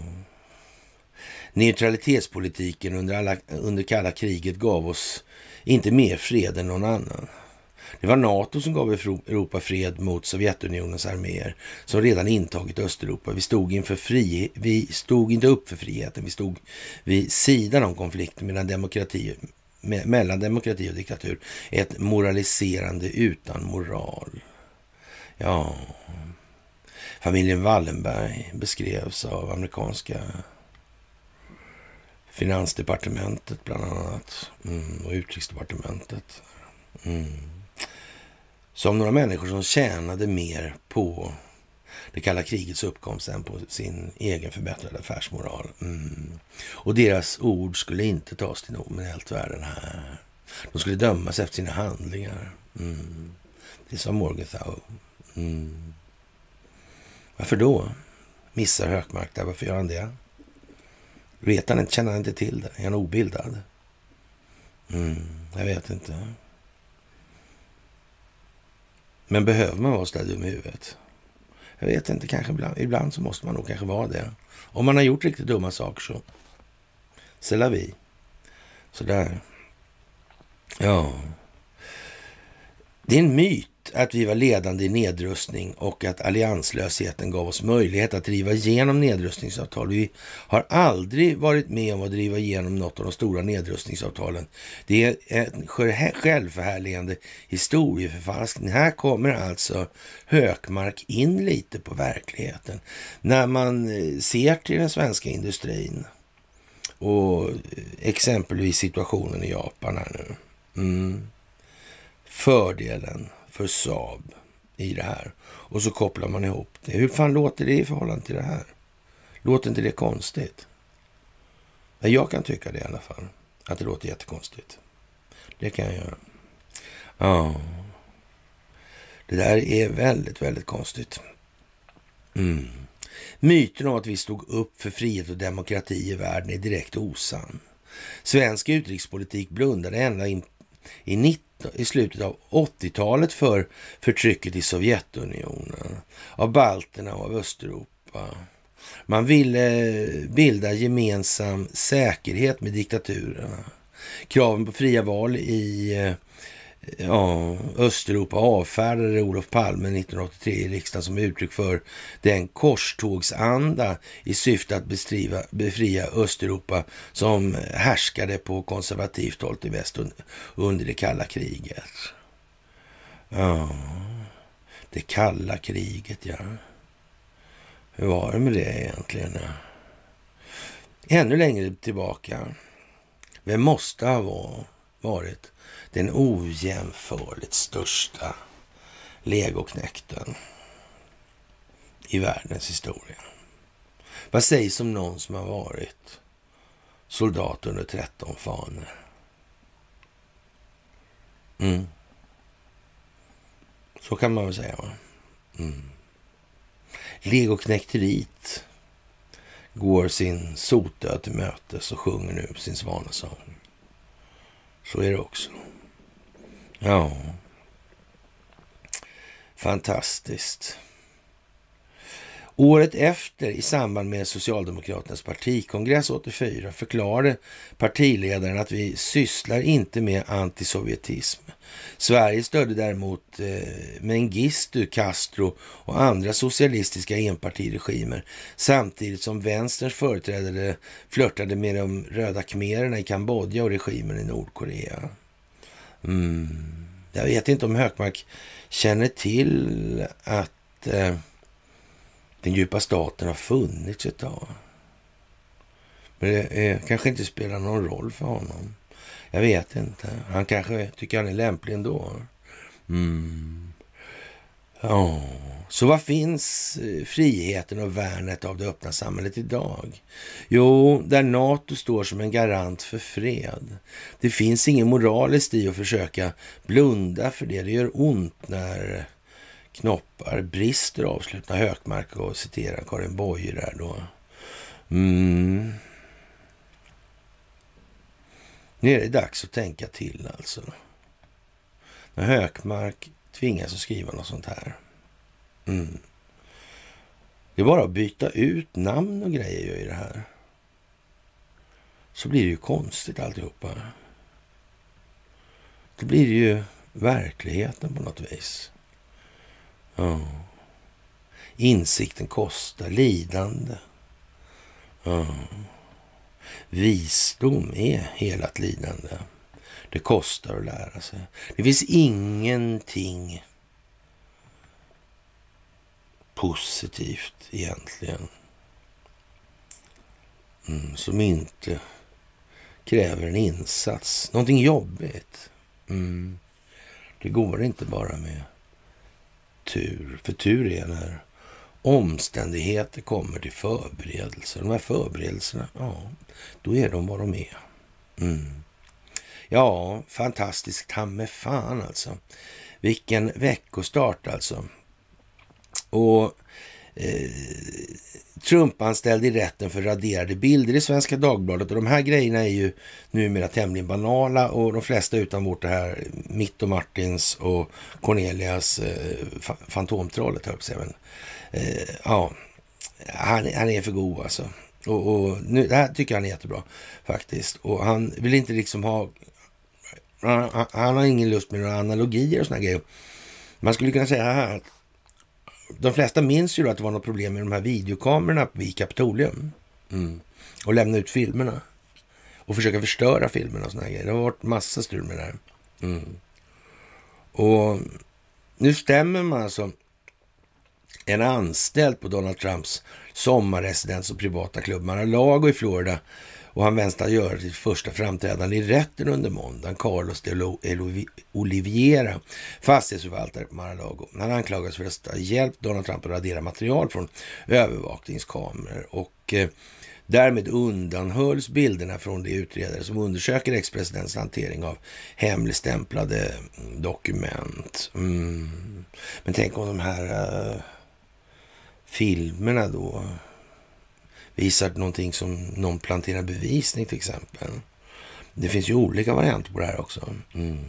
neutralitetspolitiken under, alla, under kalla kriget gav oss inte mer fred än någon annan. Det var NATO som gav Europa fred mot Sovjetunionens arméer som redan intagit Östeuropa. Vi stod inför fri, vi stod inte upp för friheten, vi stod vid sidan om konflikten mellan demokrati, me, mellan demokrati och diktatur. Ett moraliserande utan moral. Ja, familjen Wallenberg beskrevs av amerikanska finansdepartementet bland annat mm, och utrikesdepartementet. Mm. Som några människor som tjänade mer på det kalla krigets uppkomst än på sin egen förbättrade affärsmoral. Mm. Och deras ord skulle inte tas till nominellt värden här. De skulle dömas efter sina handlingar. Mm. Det sa Morgenthau. Mm. Varför då? Missar Hökmark där? Varför gör han det? Vet han inte, känner han inte till det? Är han obildad? Mm, jag vet inte. Men behöver man vara så där dum i huvudet? Jag vet inte, kanske ibland, ibland så måste man nog kanske vara det. Om man har gjort riktigt dumma saker så c'est la vie. Sådär. Ja. Det är en myt att vi var ledande i nedrustning och att allianslösheten gav oss möjlighet att driva igenom nedrustningsavtal. Vi har aldrig varit med om att driva igenom något av de stora nedrustningsavtalen. Det är en självförhärligande historieförfalskning. Här kommer alltså Hökmark in lite på verkligheten. När man ser till den svenska industrin och exempelvis situationen i Japan här nu. Mm. Fördelen för Saab i det här. Och så kopplar man ihop det. Hur fan låter det i förhållande till det här? Låter inte det konstigt? Jag kan tycka det i alla fall. Att det låter jättekonstigt. Det kan jag göra. Ja. Det där är väldigt, väldigt konstigt. Mm. Myten om att vi stod upp för frihet och demokrati i världen är direkt osann. Svensk utrikespolitik blundade ända in i nitton i slutet av åttiotalet för förtrycket i Sovjetunionen, av balterna och av Östeuropa. Man ville bilda gemensam säkerhet med diktaturerna. Kraven på fria val i ja, Östeuropa avfärdade Olof Palme nittonhundraåttiotre i riksdagen som uttryck för den korstågsanda i syfte att bestriva, befria Östeuropa som härskade på konservativt håll i väst under det kalla kriget. Ja, det kalla kriget, ja. Hur var det med det egentligen? Ja? Ännu längre tillbaka. Vem måste ha varit den ojämförligt största legoknekten i världens historia? Vad sägs om någon som har varit soldat under tretton fanor? Mm. Så kan man väl säga, va? Mm. Legoknekteriet går sin sotdöd till mötes och sjunger nu sin svanesång. Så är det också. Ja. Fantastiskt. Året efter, i samband med Socialdemokraternas partikongress åttiofyra, förklarade partiledaren att vi sysslar inte med antisovjetism. Sverige stödde däremot eh, Mengistu, Castro och andra socialistiska enpartiregimer, samtidigt som vänsterns företrädare flörtade med de röda khmererna i Kambodja och regimen i Nordkorea. Mm. Jag vet inte om Hökmark känner till att eh, den djupa staten har funnits ett tag. Men det är, kanske inte spelar någon roll för honom. Jag vet inte. Han kanske tycker han är lämplig ändå. Mm. Ja. Så vad finns friheten och värnet av det öppna samhället idag? Jo, där NATO står som en garant för fred. Det finns ingen moraliskt i att försöka blunda för det. Det gör ont när knoppar brister, avslutna Hökmark och citerar Karin Boye där då. Mm. Nu är det dags att tänka till alltså. När Hökmark tvingas att skriva något sånt här. Mm. Det är bara att byta ut namn och grejer i det här. Så blir det ju konstigt alltihopa. Det blir ju verkligheten på något vis. Ja. Insikten kostar, lidande. Ja. Visdom är hela lidande. Det kostar att lära sig. Det finns ingenting positivt egentligen mm, som inte kräver en insats. Någonting jobbigt. Mm. Det går inte bara med tur. För tur är när omständigheter kommer till förberedelser. De här förberedelserna, ja, då är de vad de är. Mm. Ja, fantastiskt tamme fan alltså. Vilken veckostart alltså. Och eh, Trump anställd i rätten för raderade bilder i Svenska Dagbladet. Och de här grejerna är ju numera tämligen banala. Och de flesta utan vårt det här Mitt och Martins och Cornelias eh, fantomtrollet, höll jag på att säga. Men, eh, ja, han, han är för god alltså. Och, och nu, det här tycker han är jättebra faktiskt. Och han vill inte liksom ha... Han, han har ingen lust med några analogier och såna grejer. Man skulle kunna säga här att de flesta minns ju att det var något problem med de här videokamerorna vid Kapitolium. Mm. Och lämna ut filmerna. Och försöka förstöra filmerna och såna här grejer. Det har varit massa strul med det här. Mm. Och nu stämmer man alltså en anställd på Donald Trumps sommarresidens och privata klubb Mar-a-Lago i Florida. Och han väntar göra sitt första framträdande i rätten under måndagen. Carlos de Oliveira, fastighetsförvaltare på Mar-a-Lago. Han anklagas för att ha hjälpt Donald Trump att radera material från övervakningskameror. Och eh, därmed undanhölls bilderna från de utredare som undersöker ex-presidents hantering av hemligstämplade dokument. Mm. Men tänk om de här uh, filmerna då visar någonting som någon planterar bevisning till exempel. Det finns ju olika varianter på det här också. Mm.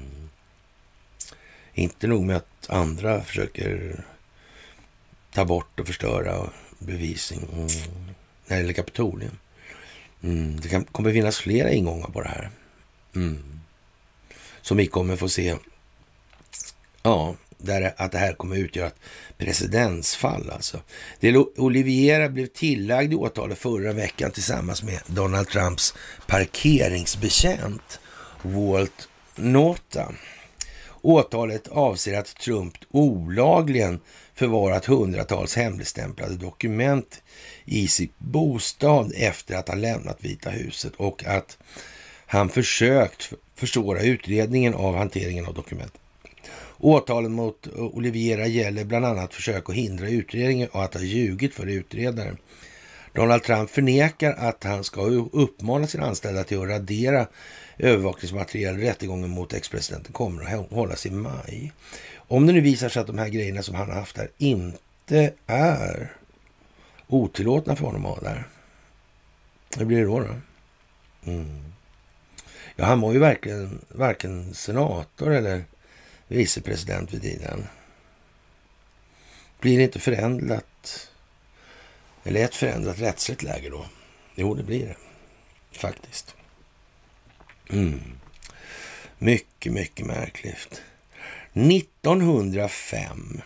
Inte nog med att andra försöker ta bort och förstöra bevisning mm. när det gäller Kapitolium. Mm. Det kan, kommer finnas flera ingångar på det här. Mm. Som vi kommer få se. Ja, där, att det här kommer utgöra ett precedentsfall alltså. Det Oliveira blev tillagd i åtalet förra veckan tillsammans med Donald Trumps parkeringsbetjänt Walt Nauta. Åtalet avser att Trump olagligen förvarat hundratals hemligstämplade dokument i sin bostad efter att ha lämnat Vita huset och att han försökt försvåra utredningen av hanteringen av dokument. Åtalen mot Oliveira gäller bland annat försök att hindra utredningen och att ha ljugit för utredaren. Donald Trump förnekar att han ska uppmana sina anställda till att radera övervakningsmaterial. Rättegången mot ex-presidenten kommer att hållas i maj. Om det nu visar sig att de här grejerna som han har haft där inte är otillåtna för honom att ha där. Vad blir det då då? Mm. Ja, han var ju verkligen varken senator eller vicepresident vid tiden. Blir det inte förändrat eller ett förändrat rättsligt läge då? Jo, det blir det. Faktiskt. Mm. Mycket, mycket märkligt. nittonhundrafem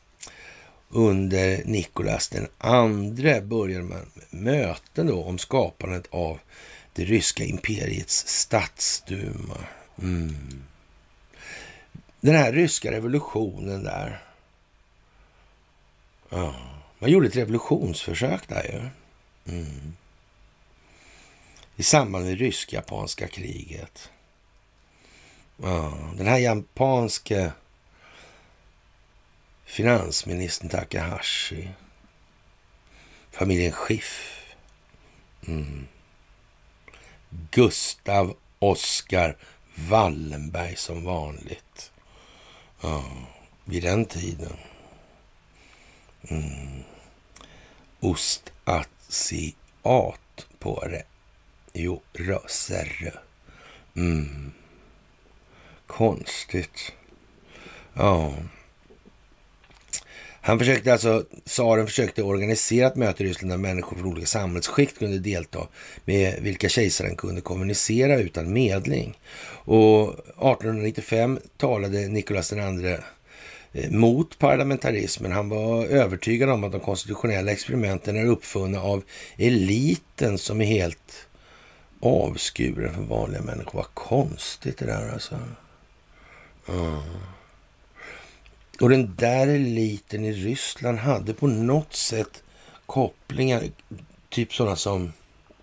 under Nikolas den andre började man möten då om skapandet av det ryska imperiets statsduma. Mm. Den här ryska revolutionen där. Ja, man gjorde ett revolutionsförsök där ju. Mm. I samband med rysk-japanska kriget. Ja, den här japanske finansministern Takahashi. Familjen Schiff. Mm. Gustav Oskar Wallenberg som vanligt. Ja, vid den tiden. Mm. Ostasiat på det. Jo, röserre. Mm. Konstigt. Ja. Han försökte alltså, tsaren försökte organisera ett möte i Ryssland där människor från olika samhällsskikt kunde delta, med vilka kejsaren kunde kommunicera utan medling. Och arton nittiofem talade Nikolas den andre mot parlamentarismen. Han var övertygad om att de konstitutionella experimenten är uppfunna av eliten som är helt avskuren för vanliga människor. Vad konstigt det där alltså. Mm. Och den där eliten i Ryssland hade på något sätt kopplingar, typ sådana som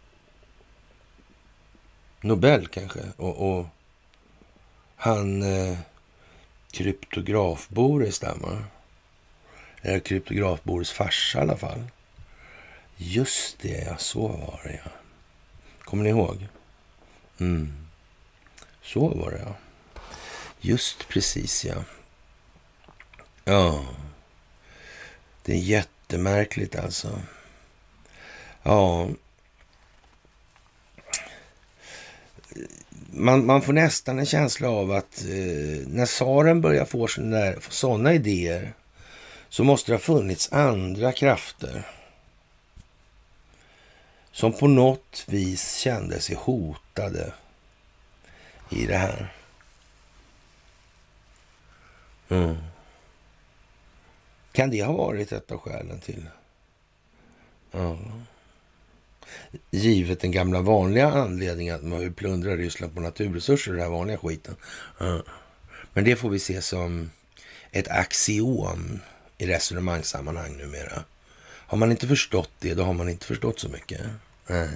Nobel kanske, och, och han eh, kryptograf Boris där, va? Eller kryptograf Boris farsa i alla fall. Just det, ja, så var det, ja. Kommer ni ihåg? Mm. Så var det, ja. Just precis, ja. Ja. Det är jättemärkligt alltså. Ja. Man, man får nästan en känsla av att eh, när tsaren börjar få sådana idéer så måste det ha funnits andra krafter som på något vis kände sig hotade i det här. Mm. Kan det ha varit ett av skälen till? Ja. Givet den gamla vanliga anledningen att man vill plundra Ryssland på naturresurser och den här vanliga skiten. Ja. Men det får vi se som ett axiom i resonemangsammanhang numera. Har man inte förstått det, då har man inte förstått så mycket. Nej.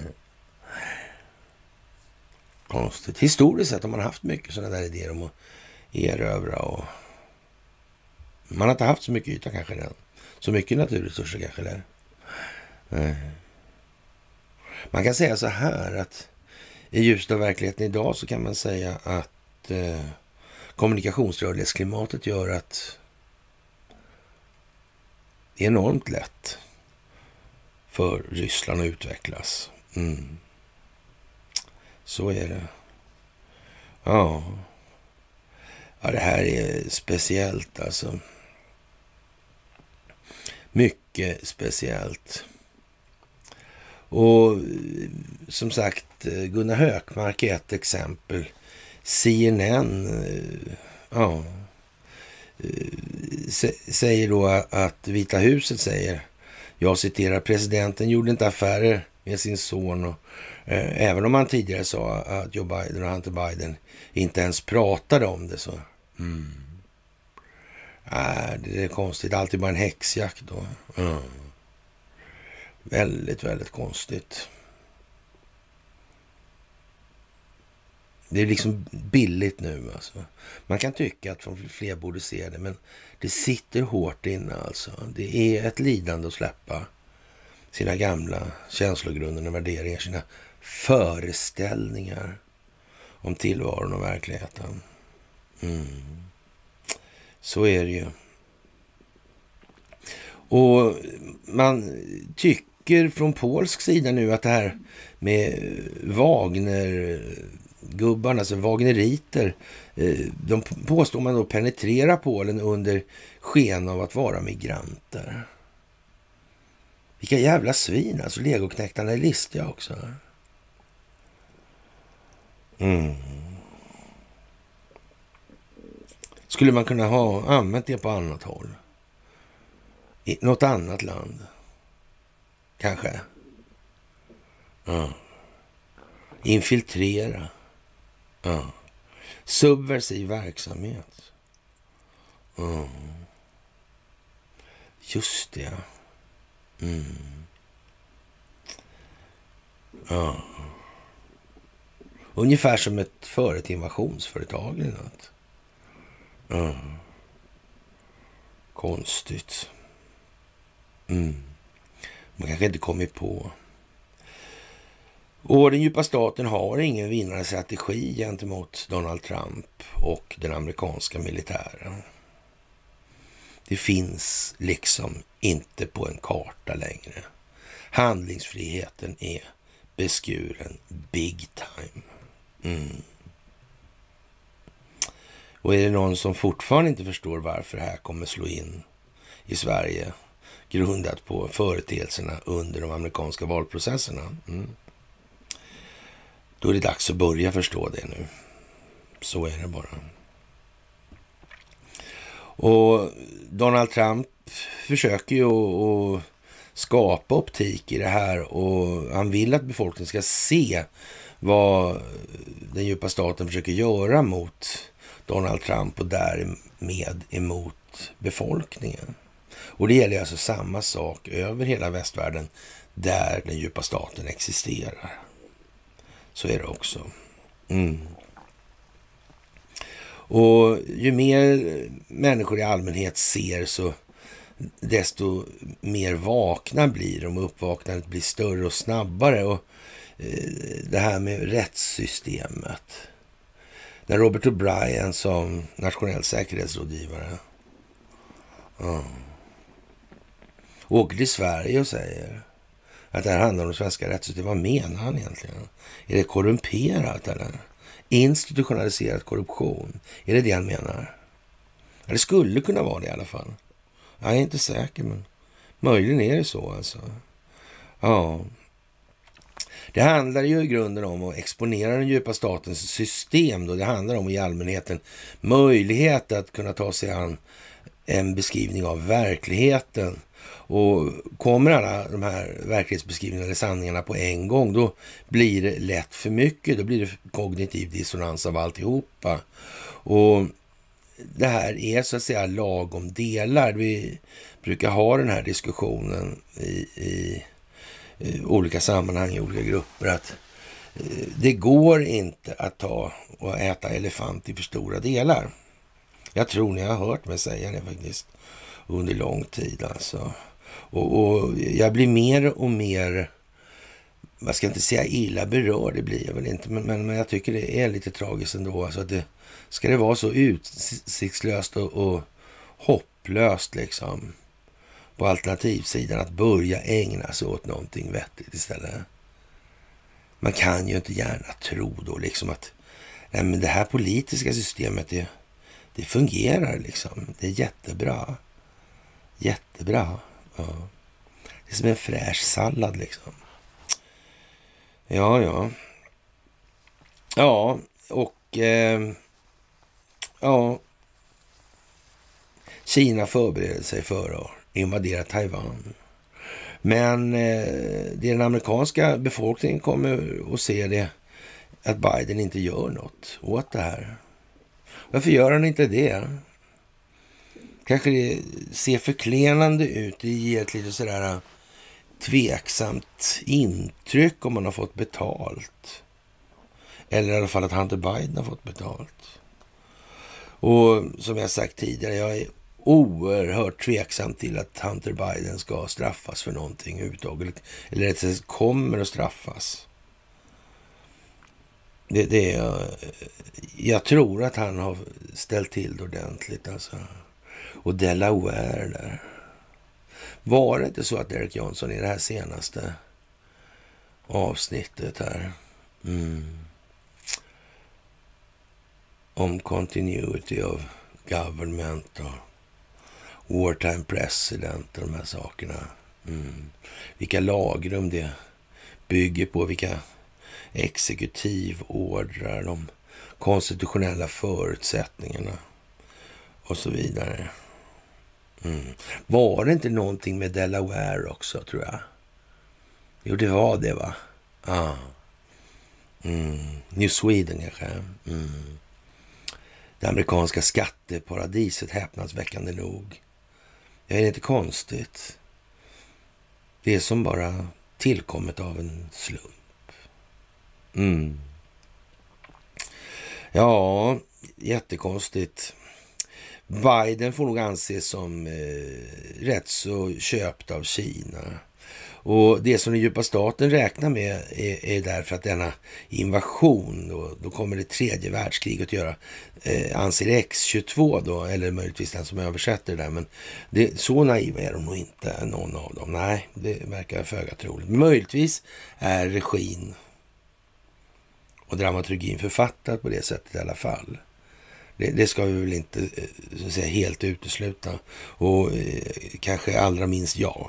Konstigt. Historiskt sett har man haft mycket sådana där idéer om att erövra och man har inte haft så mycket yta kanske redan. Så mycket naturresurser kanske där. Nej. Man kan säga så här att i ljuset av verkligheten idag så kan man säga att eh, kommunikationsrörlighetsklimatet gör att det är enormt lätt för Ryssland att utvecklas. Mm. Så är det. Ja. Ja, det här är speciellt alltså. mycket speciellt. Och som sagt, Gunnar Hökmark är ett exempel. C N N ja, säger då att Vita huset säger, jag citerar, presidenten gjorde inte affärer med sin son, och eh, även om han tidigare sa att Joe Biden och Hunter Biden inte ens pratade om det, så mm. äh, det är konstigt, alltid bara en häxjakt då. Mm. Väldigt, väldigt konstigt. Det är liksom billigt nu alltså. Man kan tycka att fler borde se det, men det sitter hårt inne alltså. Det är ett lidande att släppa sina gamla känslogrunder och värderingar, sina föreställningar om tillvaron och verkligheten. Mm. Så är det ju. Och man tycker från polsk sida nu att det här med Wagner-gubbarna, alltså Wagneriter, de påstår man då penetrerar Polen under sken av att vara migranter. Vilka jävla svin, alltså legoknäktarna är listiga också. Mm. Skulle man kunna ha använt det på annat håll? I något annat land? Kanske. Ja. Infiltrera. Ja. Subversiv verksamhet. Ja. Just det. Mm. Ja. Ungefär som ett före ett invasionsföretag eller något. Ja. Konstigt. Mm. Man kanske inte kommit på. Och den djupa staten har ingen vinnande strategi gentemot Donald Trump och den amerikanska militären. Det finns liksom inte på en karta längre. Handlingsfriheten är beskuren big time. Mm. Och är det någon som fortfarande inte förstår varför det här kommer slå in i Sverige, grundat på företeelserna under de amerikanska valprocesserna, mm. då är det dags att börja förstå det nu. Så är det bara. Och Donald Trump försöker ju att skapa optik i det här, och han vill att befolkningen ska se vad den djupa staten försöker göra mot Donald Trump och därmed emot befolkningen. Och det gäller alltså samma sak över hela västvärlden där den djupa staten existerar. Så är det också. Mm. Och ju mer människor i allmänhet ser, så desto mer vakna blir de, och uppvaknandet blir större och snabbare. Och eh, det här med rättssystemet. När Robert O'Brien som nationell säkerhetsrådgivare ja, åker till Sverige och säger att det här handlar om det svenska rättssystemet, vad menar han egentligen? Är det korrumperat eller institutionaliserad korruption? Är det det han menar? Ja, det skulle kunna vara det i alla fall. Jag är inte säker, men möjligen är det så alltså. Ja. Det handlar ju i grunden om att exponera den djupa statens system då. Det handlar om att ge allmänheten möjlighet att kunna ta sig an en beskrivning av verkligheten. Och kommer alla de här verklighetsbeskrivningarna eller sanningarna på en gång, då blir det lätt för mycket. Då blir det kognitiv dissonans av alltihopa. Och det här är så att säga lagom delar. Vi brukar ha den här diskussionen i, i, i olika sammanhang, i olika grupper, att eh, det går inte att ta och äta elefant i för stora delar. Jag tror ni har hört mig säga det faktiskt under lång tid alltså. Och, och jag blir mer och mer, vad ska jag inte säga illa berörd, det blir jag väl inte, men, men, men jag tycker det är lite tragiskt ändå. Alltså att det, ska det vara så utsiktslöst och, och hopplöst liksom på alternativsidan att börja ägna sig åt någonting vettigt istället? Man kan ju inte gärna tro då liksom att nej, men det här politiska systemet det, det fungerar liksom. Det är jättebra. Jättebra. Ja. Det är som en fräsch sallad liksom. Ja, ja. Ja, och eh, ja, Kina förbereder sig för att invadera Taiwan. Men eh, det den amerikanska befolkningen kommer att se det att Biden inte gör något åt det här. Varför gör han inte det? Kanske det ser förklenande ut. Det ger ett lite sådär tveksamt intryck om man har fått betalt. Eller i alla fall att Hunter Biden har fått betalt. Och som jag sagt tidigare, jag är oerhört tveksam till att Hunter Biden ska straffas för någonting överhuvudtaget. Eller att det kommer att straffas. Det, det är, jag tror att han har ställt till det ordentligt. Alltså. Och Delaware där. Var det inte så att Derek Johnson i det här senaste avsnittet här mm, om continuity of government och wartime president och de här sakerna. Mm. Vilka lagrum det bygger på, vilka exekutivordrar, de konstitutionella förutsättningarna och så vidare. Mm. Var det inte någonting med Delaware också, tror jag? Jo, det var det, va? Ah. Mm. New Sweden kanske. Mm. Det amerikanska skatteparadiset, häpnadsväckande nog. Det är inte konstigt. Det är som bara tillkommet av en slump. Mm. Ja, jättekonstigt. Biden får nog anses som eh, rätt så köpt av Kina. Och det som den djupa staten räknar med är, är därför att denna invasion, då, då kommer det tredje världskriget att göra, eh, anser X tjugotvå då, eller möjligtvis den som översätter det där, men det, så naiva är de nog inte, någon av dem. Nej, det verkar föga troligt. Möjligtvis är regin och dramaturgin författad på det sättet i alla fall. Det, det ska vi väl inte så att säga, helt utesluta. Och eh, kanske allra minst jag.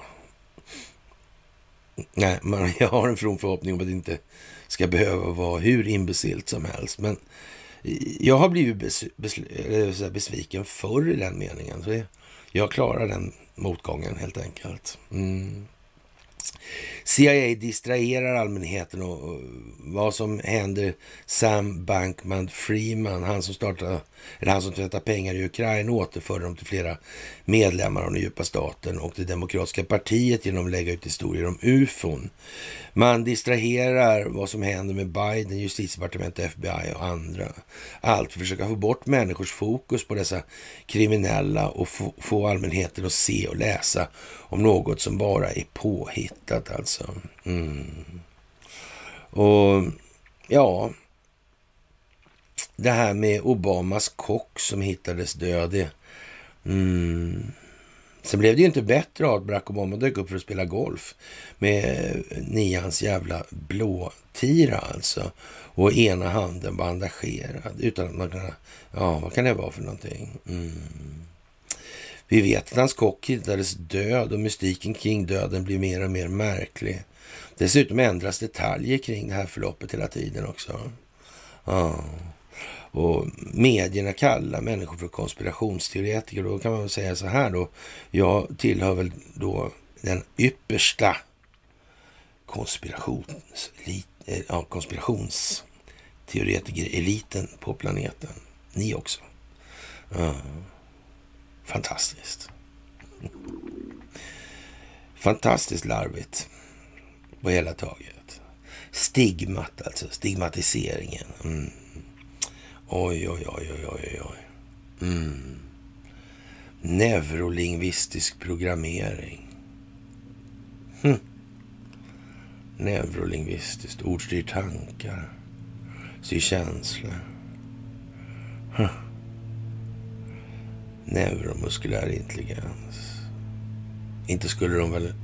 Nej, man, jag har en from förhoppning om att det inte ska behöva vara hur imbecilt som helst. Men jag har blivit bes, bes, besviken förr i den meningen. Så jag klarar den motgången helt enkelt. Mm. C I A distraherar allmänheten och, och vad som händer Sam Bankman-Fried, han som startade, eller han som tvättar pengar i Ukraina, återför dem till flera medlemmar av den djupa staten och det demokratiska partiet genom att lägga ut historier om U F O. Man distraherar vad som händer med Biden, justitiedepartementet, F B I och andra. Allt för att försöka få bort människors fokus på dessa kriminella och få, få allmänheten att se och läsa om något som bara är påhittat alltså. Mm. Och ja, det här med Obamas kock som hittades död, det, mm. Sen blev det ju inte bättre av att Barack Obama dök upp för att spela golf med nians jävla blåtira alltså. Och ena handen bandagerad utan att man kan, ja vad kan det vara för någonting? Mm. Vi vet att hans kock hittades död och mystiken kring döden blir mer och mer märklig. Dessutom ändras detaljer kring det här förloppet hela tiden också. Ja. Och medierna kallar människor för konspirationsteoretiker. Då kan man väl säga så här då. Jag tillhör väl då den yppersta konspirations, ja, konspirationsteoretiker-eliten på planeten. Ni också. Ja. Fantastiskt. Fantastiskt larvigt på hela taget. Stigmat alltså, stigmatiseringen. Mm. Oj, oj, oj, oj, oj, oj. Mm. Neurolingvistisk programmering. Hm. Neurolingvistiskt, ord styr tankar, styr känslor. Hm. Neuromuskulär intelligens. Inte skulle de väl...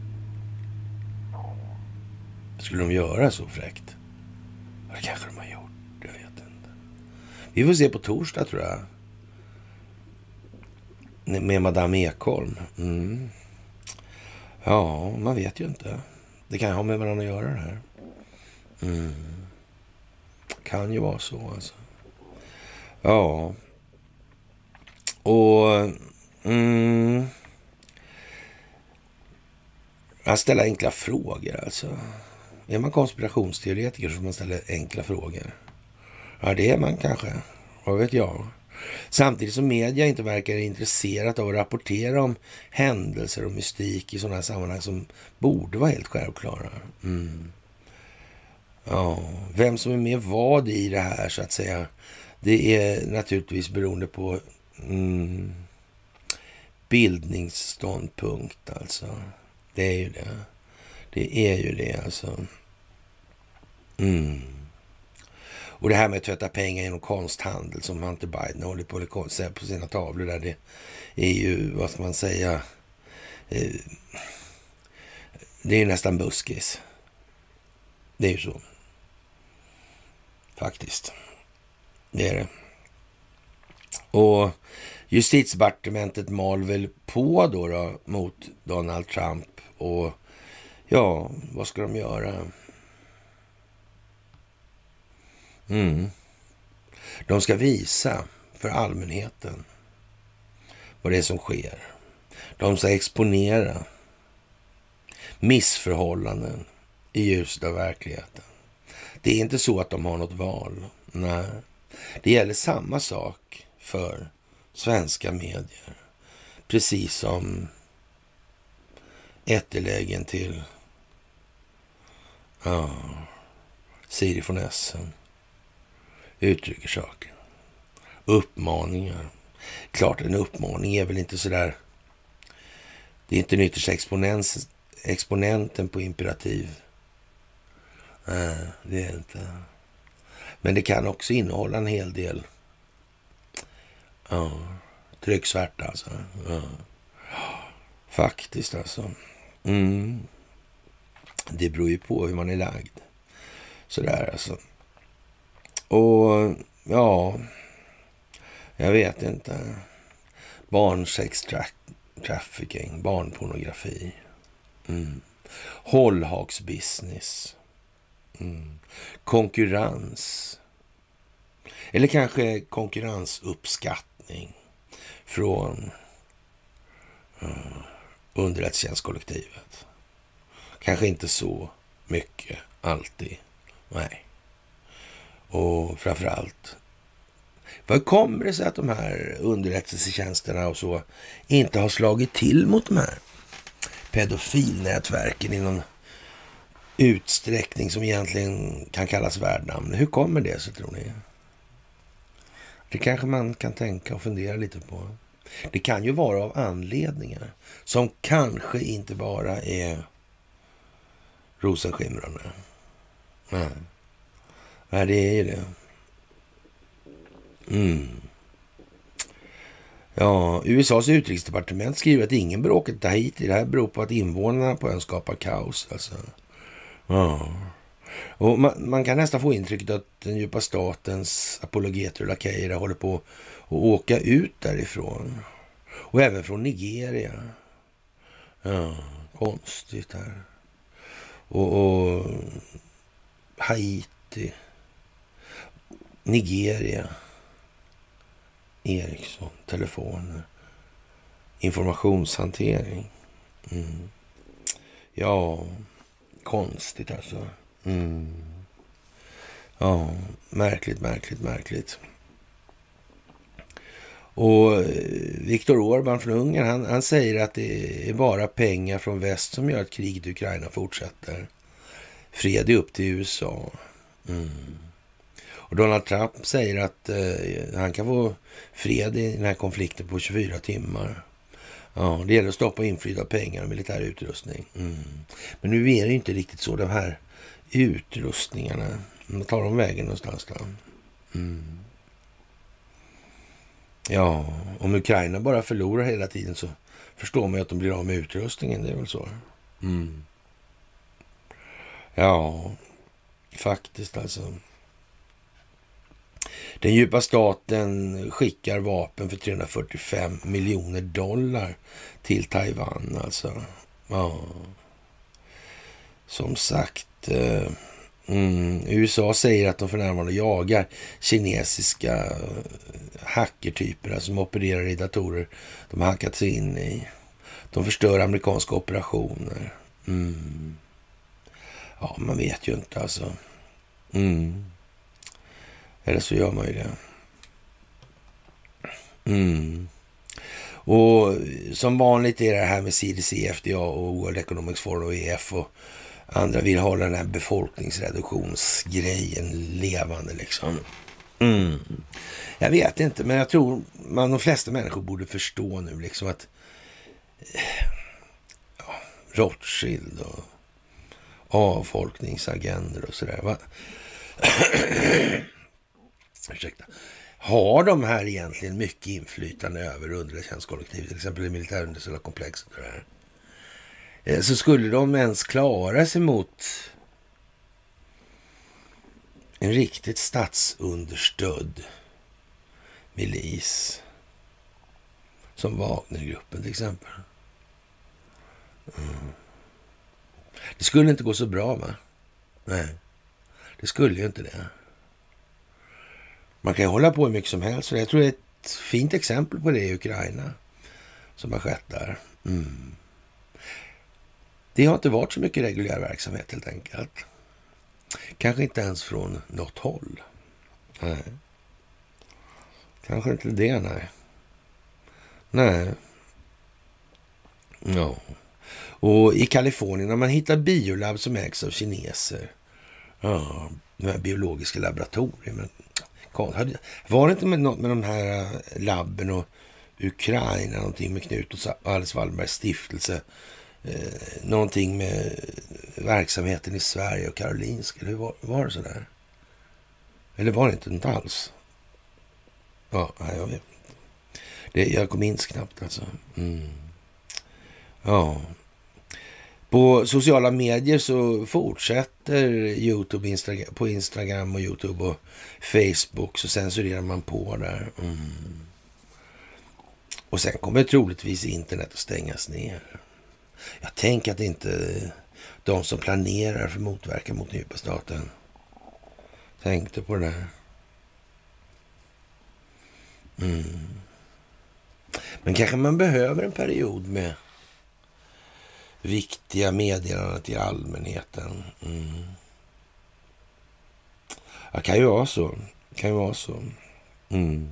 Skulle de göra så fräckt? Ja, det kanske de har gjort. Jag vet inte. Vi får se på torsdag, tror jag. Med Madame Ekholm. Mm. Ja, man vet ju inte. Det kan ha med varandra att göra det här. Mm. Kan ju vara så alltså. Ja. Och... Mm, att ställa enkla frågor alltså. Är man konspirationsteoretiker så får man ställa enkla frågor. Ja, det är man kanske. Vad vet jag. Samtidigt som media inte verkar intresserat av att rapportera om händelser och mystik i sådana här sammanhang som borde vara helt självklara. Mm. Ja, vem som är med vad i det här så att säga, det är naturligtvis beroende på mm, bildningsståndpunkt alltså. Det är ju det. Det är ju det alltså. Mm. Och det här med att tvätta pengar genom konsthandel som Hunter Biden håller på på sina tavlor där, det är ju, vad ska man säga, eh, det är ju nästan buskis. Det är ju så. Faktiskt. Det är det. Och justitiedepartementet mal väl på då, då mot Donald Trump. Och ja, vad ska de göra? Mm. De ska visa för allmänheten vad det är som sker. De ska exponera missförhållanden i ljuset av verkligheten. Det är inte så att de har något val. Nej. Det gäller samma sak för svenska medier. Precis som ättelägen till ja, Siri von Essen uttrycker saker. Uppmaningar. Klart en uppmaning är väl inte sådär. Det är inte en ytterst exponens, exponenten på imperativ. Nej, det är inte. Men det kan också innehålla en hel del ja, trycksvärta alltså. Ja. Faktiskt alltså. Mm. Det beror ju på hur man är lagd. Sådär alltså. Och ja, jag vet inte. Barnsex tra- trafficking, barnpornografi. Mm. Hållhaksbusiness. Mm. Konkurrens. Eller kanske konkurrensuppskattning från uh, underrättelsetjänstkollektivet. Kanske inte så mycket alltid. Nej. Och framförallt, vad kommer det sig att de här underrättelsetjänsterna och så inte har slagit till mot de här pedofilnätverken i någon utsträckning som egentligen kan kallas värdnamn? Hur kommer det sig, tror ni? Det kanske man kan tänka och fundera lite på. Det kan ju vara av anledningar som kanske inte bara är rosenskimrande. Nej. Nej, det är ju det. Mm. Ja, U S As utrikesdepartement skriver att ingen bör åka till Tahiti. Det här beror på att invånarna på ön skapar kaos. Alltså. Ja. Och man, man kan nästan få intrycket att den djupa statens apologeter och lakejer håller på att åka ut därifrån. Och även från Nigeria. Ja, konstigt här. Och, och Haiti. Nigeria. Ericsson, telefoner. Informationshantering. Mm. Ja, konstigt alltså. Mm. Ja, märkligt, märkligt, märkligt. Och Viktor Orbán från Ungern, han, han säger att det är bara pengar från väst som gör att kriget i Ukraina fortsätter. Fred är upp till U S A. Mm. Och Donald Trump säger att eh, han kan få fred i den här konflikten på tjugofyra timmar. Ja, det gäller att stoppa inflyt av pengar och militär utrustning. Mm. Men nu är det ju inte riktigt så. De här utrustningarna, man tar de vägen någonstans då. Mm. Ja, om Ukraina bara förlorar hela tiden så förstår man ju att de blir av med utrustningen. Det är väl så. Mm. Ja, faktiskt alltså. Den djupa staten skickar vapen för trehundrafyrtiofem miljoner dollar till Taiwan alltså. Ja. Som sagt, eh, mm, U S A säger att de för närvarande jagar kinesiska hackertyper som opererar i datorer de har hackat sig in i. De förstör amerikanska operationer. Mm. Ja, man vet ju inte alltså. Mm. Eller så gör man ju det. Mm. Och som vanligt är det här med C D C, F D A och World Economic Forum och E F och andra vill hålla den här befolkningsreduktionsgrejen levande liksom. Mm. Jag vet inte, men jag tror man de flesta människor borde förstå nu liksom att ja, Rothschild och avfolkningsagender och sådär. Va? Ursäkta. Har de här egentligen mycket inflytande över underrättelsetjänstkollektivet, till exempel det militärindustriella komplexet och det här? Så skulle de ens klara sig mot en riktigt statsunderstödd milis som Wagnergruppen till exempel. Mm. Det skulle inte gå så bra, va? Nej, det skulle ju inte det. Man kan ju hålla på hur mycket som helst. Jag tror det är ett fint exempel på det i Ukraina som har skett där. Mm. Det har inte varit så mycket reguljär verksamhet helt enkelt. Kanske inte ens från något håll. Nej. Kanske inte det, nej. Nej. Ja. Och i Kalifornien när man hittar biolab som ägs av kineser. Ja, de här biologiska laboratorierna. Var det inte med något med de här labben och Ukraina, någonting med Knut och Alice Wallbergs stiftelse, eh, någonting med verksamheten i Sverige och Karolinska, eller var, var det så där? Eller var det inte något alls? Ja, nej, jag vet inte. Det, jag kom in knappt alltså. Mm. Ja. På sociala medier så fortsätter YouTube Instagram, på Instagram och YouTube och Facebook så censurerar man på där. Mm. Och sen kommer troligtvis internet att stängas ner. Jag tänker att inte de som planerar för motverka mot djupa staten tänkte på det där. Mm. Men kanske man behöver en period med viktiga meddelanden till allmänheten. Mm. Ja, kan ju vara så. Kan ju vara så. Mm.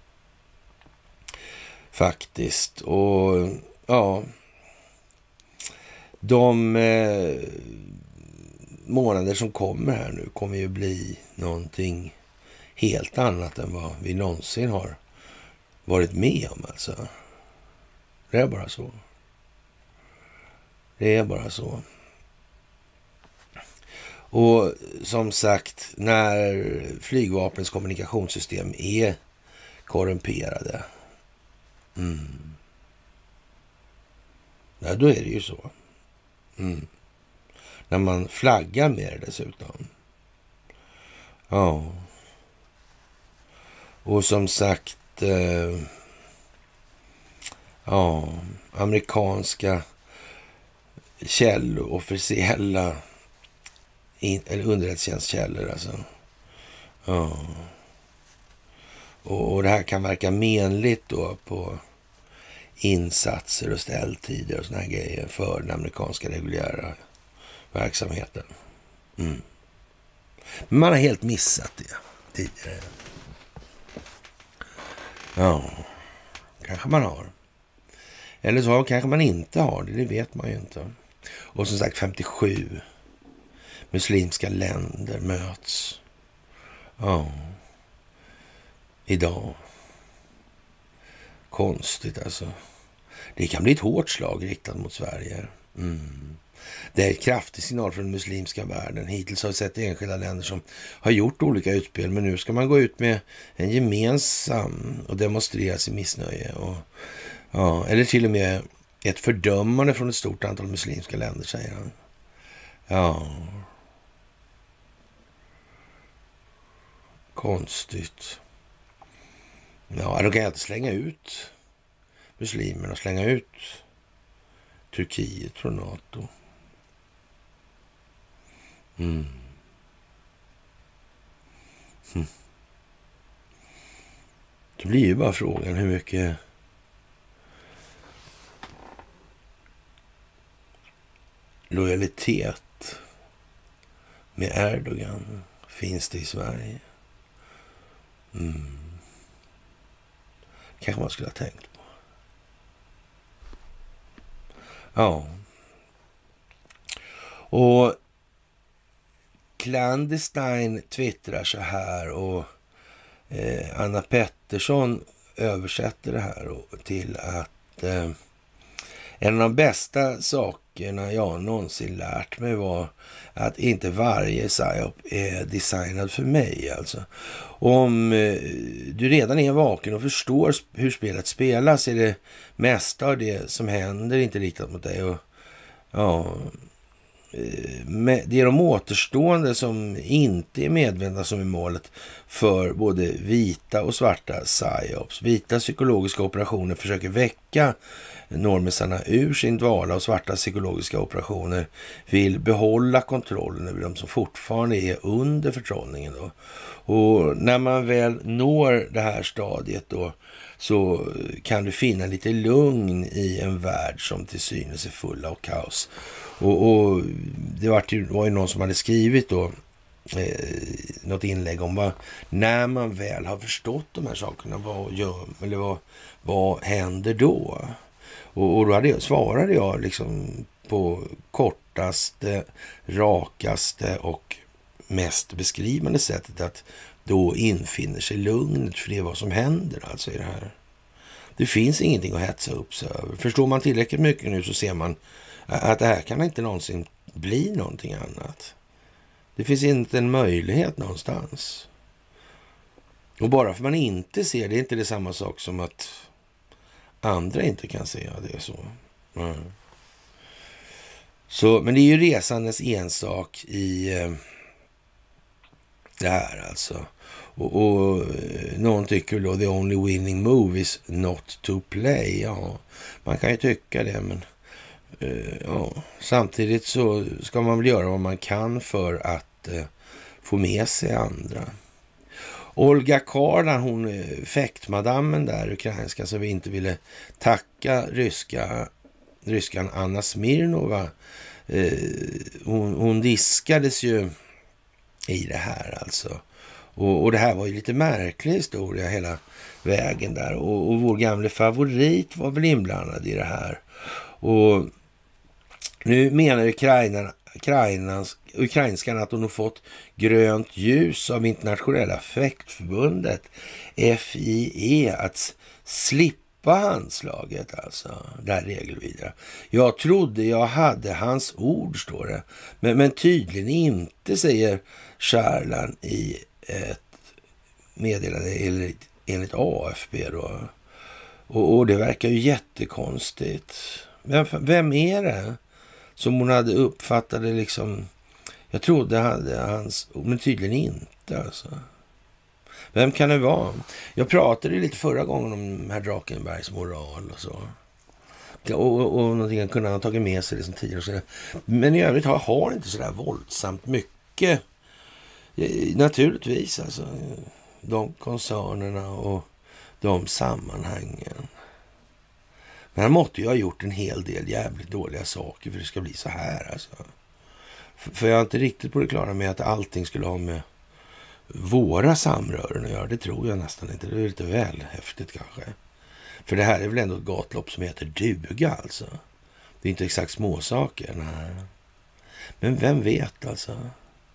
Faktiskt. Och ja, de eh, månader som kommer här nu kommer ju bli någonting helt annat än vad vi någonsin har varit med om alltså. Det är bara så. Det är bara så. Och som sagt, när flygvapnens kommunikationssystem är korrumperade, mm. ja, då är det ju så. Mm. När man flaggar med det dessutom. Ja. Och som sagt, eh, ja, amerikanska källor, officiella in, eller underrättelsetjänstkällor alltså. Ja. Och, och det här kan verka menligt då på insatser och ställtider och såna här grejer för den amerikanska reguljära verksamheten. Mm. Men man har helt missat det tidigare. Ja, kanske man har. Eller så kanske man inte har det, det vet man ju inte. Och som sagt femtiosju muslimska länder möts. Ja. Idag. Konstigt alltså. Det kan bli ett hårt slag riktat mot Sverige. Mm. Det är en kraftig signal från den muslimska världen. Hittills har vi sett enskilda länder som har gjort olika utspel, men nu ska man gå ut med en gemensam och demonstrera sin missnöje. Och, ja, eller till och med ett fördömande från ett stort antal muslimska länder, säger han. Ja. Konstigt. Ja, då kan jag inte slänga ut muslimerna och slänga ut Turkiet från NATO. Mm. Hm. Det blir ju bara frågan hur mycket lojalitet med Erdogan finns det i Sverige. Mm. Kanske man skulle ha tänkt på. Ja. Och Clandestine twittrar så här och eh, Anna Pettersson översätter det här och, till att eh, en av de bästa sakerna jag någonsin lärt mig var att inte varje psyop är designad för mig. Alltså. Om eh, du redan är vaken och förstår hur spelet spelas är det mesta av det som händer inte riktat mot dig. Och, ja, eh, det är de återstående som inte är medvetna som är målet för både vita och svarta psyops. Vita psykologiska operationer försöker väcka normisarna ur sin dvala och svarta psykologiska operationer vill behålla kontrollen över de som fortfarande är under förtrollningen då. Och när man väl når det här stadiet då så kan du finna lite lugn i en värld som till synes är full av kaos. Och, och det var ju, var ju någon som hade skrivit då eh, något inlägg om vad, när man väl har förstått de här sakerna, vad gör, eller vad, vad händer då? Och, och då hade jag, svarade jag liksom på kortaste, rakaste och mest beskrivande sättet att då infinner sig lugnet, för det är vad som händer alltså i det här. Det finns ingenting att hetsa upp sig över. Förstår man tillräckligt mycket nu så ser man att det här kan inte någonsin bli någonting annat. Det finns inte en möjlighet någonstans. Och bara för man inte ser det är inte det samma sak som att andra inte kan se att det är så. Mm. Så. Men det är ju resandes ensak i eh, det här alltså. Och, och någon tycker då the only winning move is not to play. Ja, man kan ju tycka det, men uh, ja, samtidigt så ska man väl göra vad man kan för att uh, få med sig andra. Olga Karlan, hon fäktmadammen där, ukrainska, som vi inte ville tacka ryska, ryskan Anna Smirnova. Uh, hon, hon diskades ju i det här alltså. Och, och det här var ju lite märklig historia hela vägen där. Och, och vår gamla favorit var väl inblandad i det här. Och nu menar Ukraina, Ukrainans, ukrainskan att hon har fått grönt ljus av internationella fäktförbundet F I E att slippa handslaget, alltså det här regelvidare. Jag trodde jag hade hans ord, står det. Men, men tydligen inte, säger Kärlan i ett meddelande enligt, enligt A F P då. Och, och det verkar ju jättekonstigt. Vem, vem är det som hon hade uppfattat det liksom? Jag trodde hade hans, men tydligen inte alltså. Vem kan det vara? Jag pratade lite förra gången om herr Drakenbergs moral och så. Och, och, och någonting han kunde ha tagit med sig liksom tidigare och så. Men i övrigt har, har inte så där våldsamt mycket. Naturligtvis alltså. De koncernerna och de sammanhangen. Men han måste ju ha gjort en hel del jävligt dåliga saker för det ska bli så här alltså. För, för jag är inte riktigt på det klara med att allting skulle ha med våra samrören att göra. Det tror jag nästan inte. Det är lite väl häftigt kanske. För det här är väl ändå ett gatlopp som heter duga alltså. Det är inte exakt små saker. Nej. Men vem vet alltså.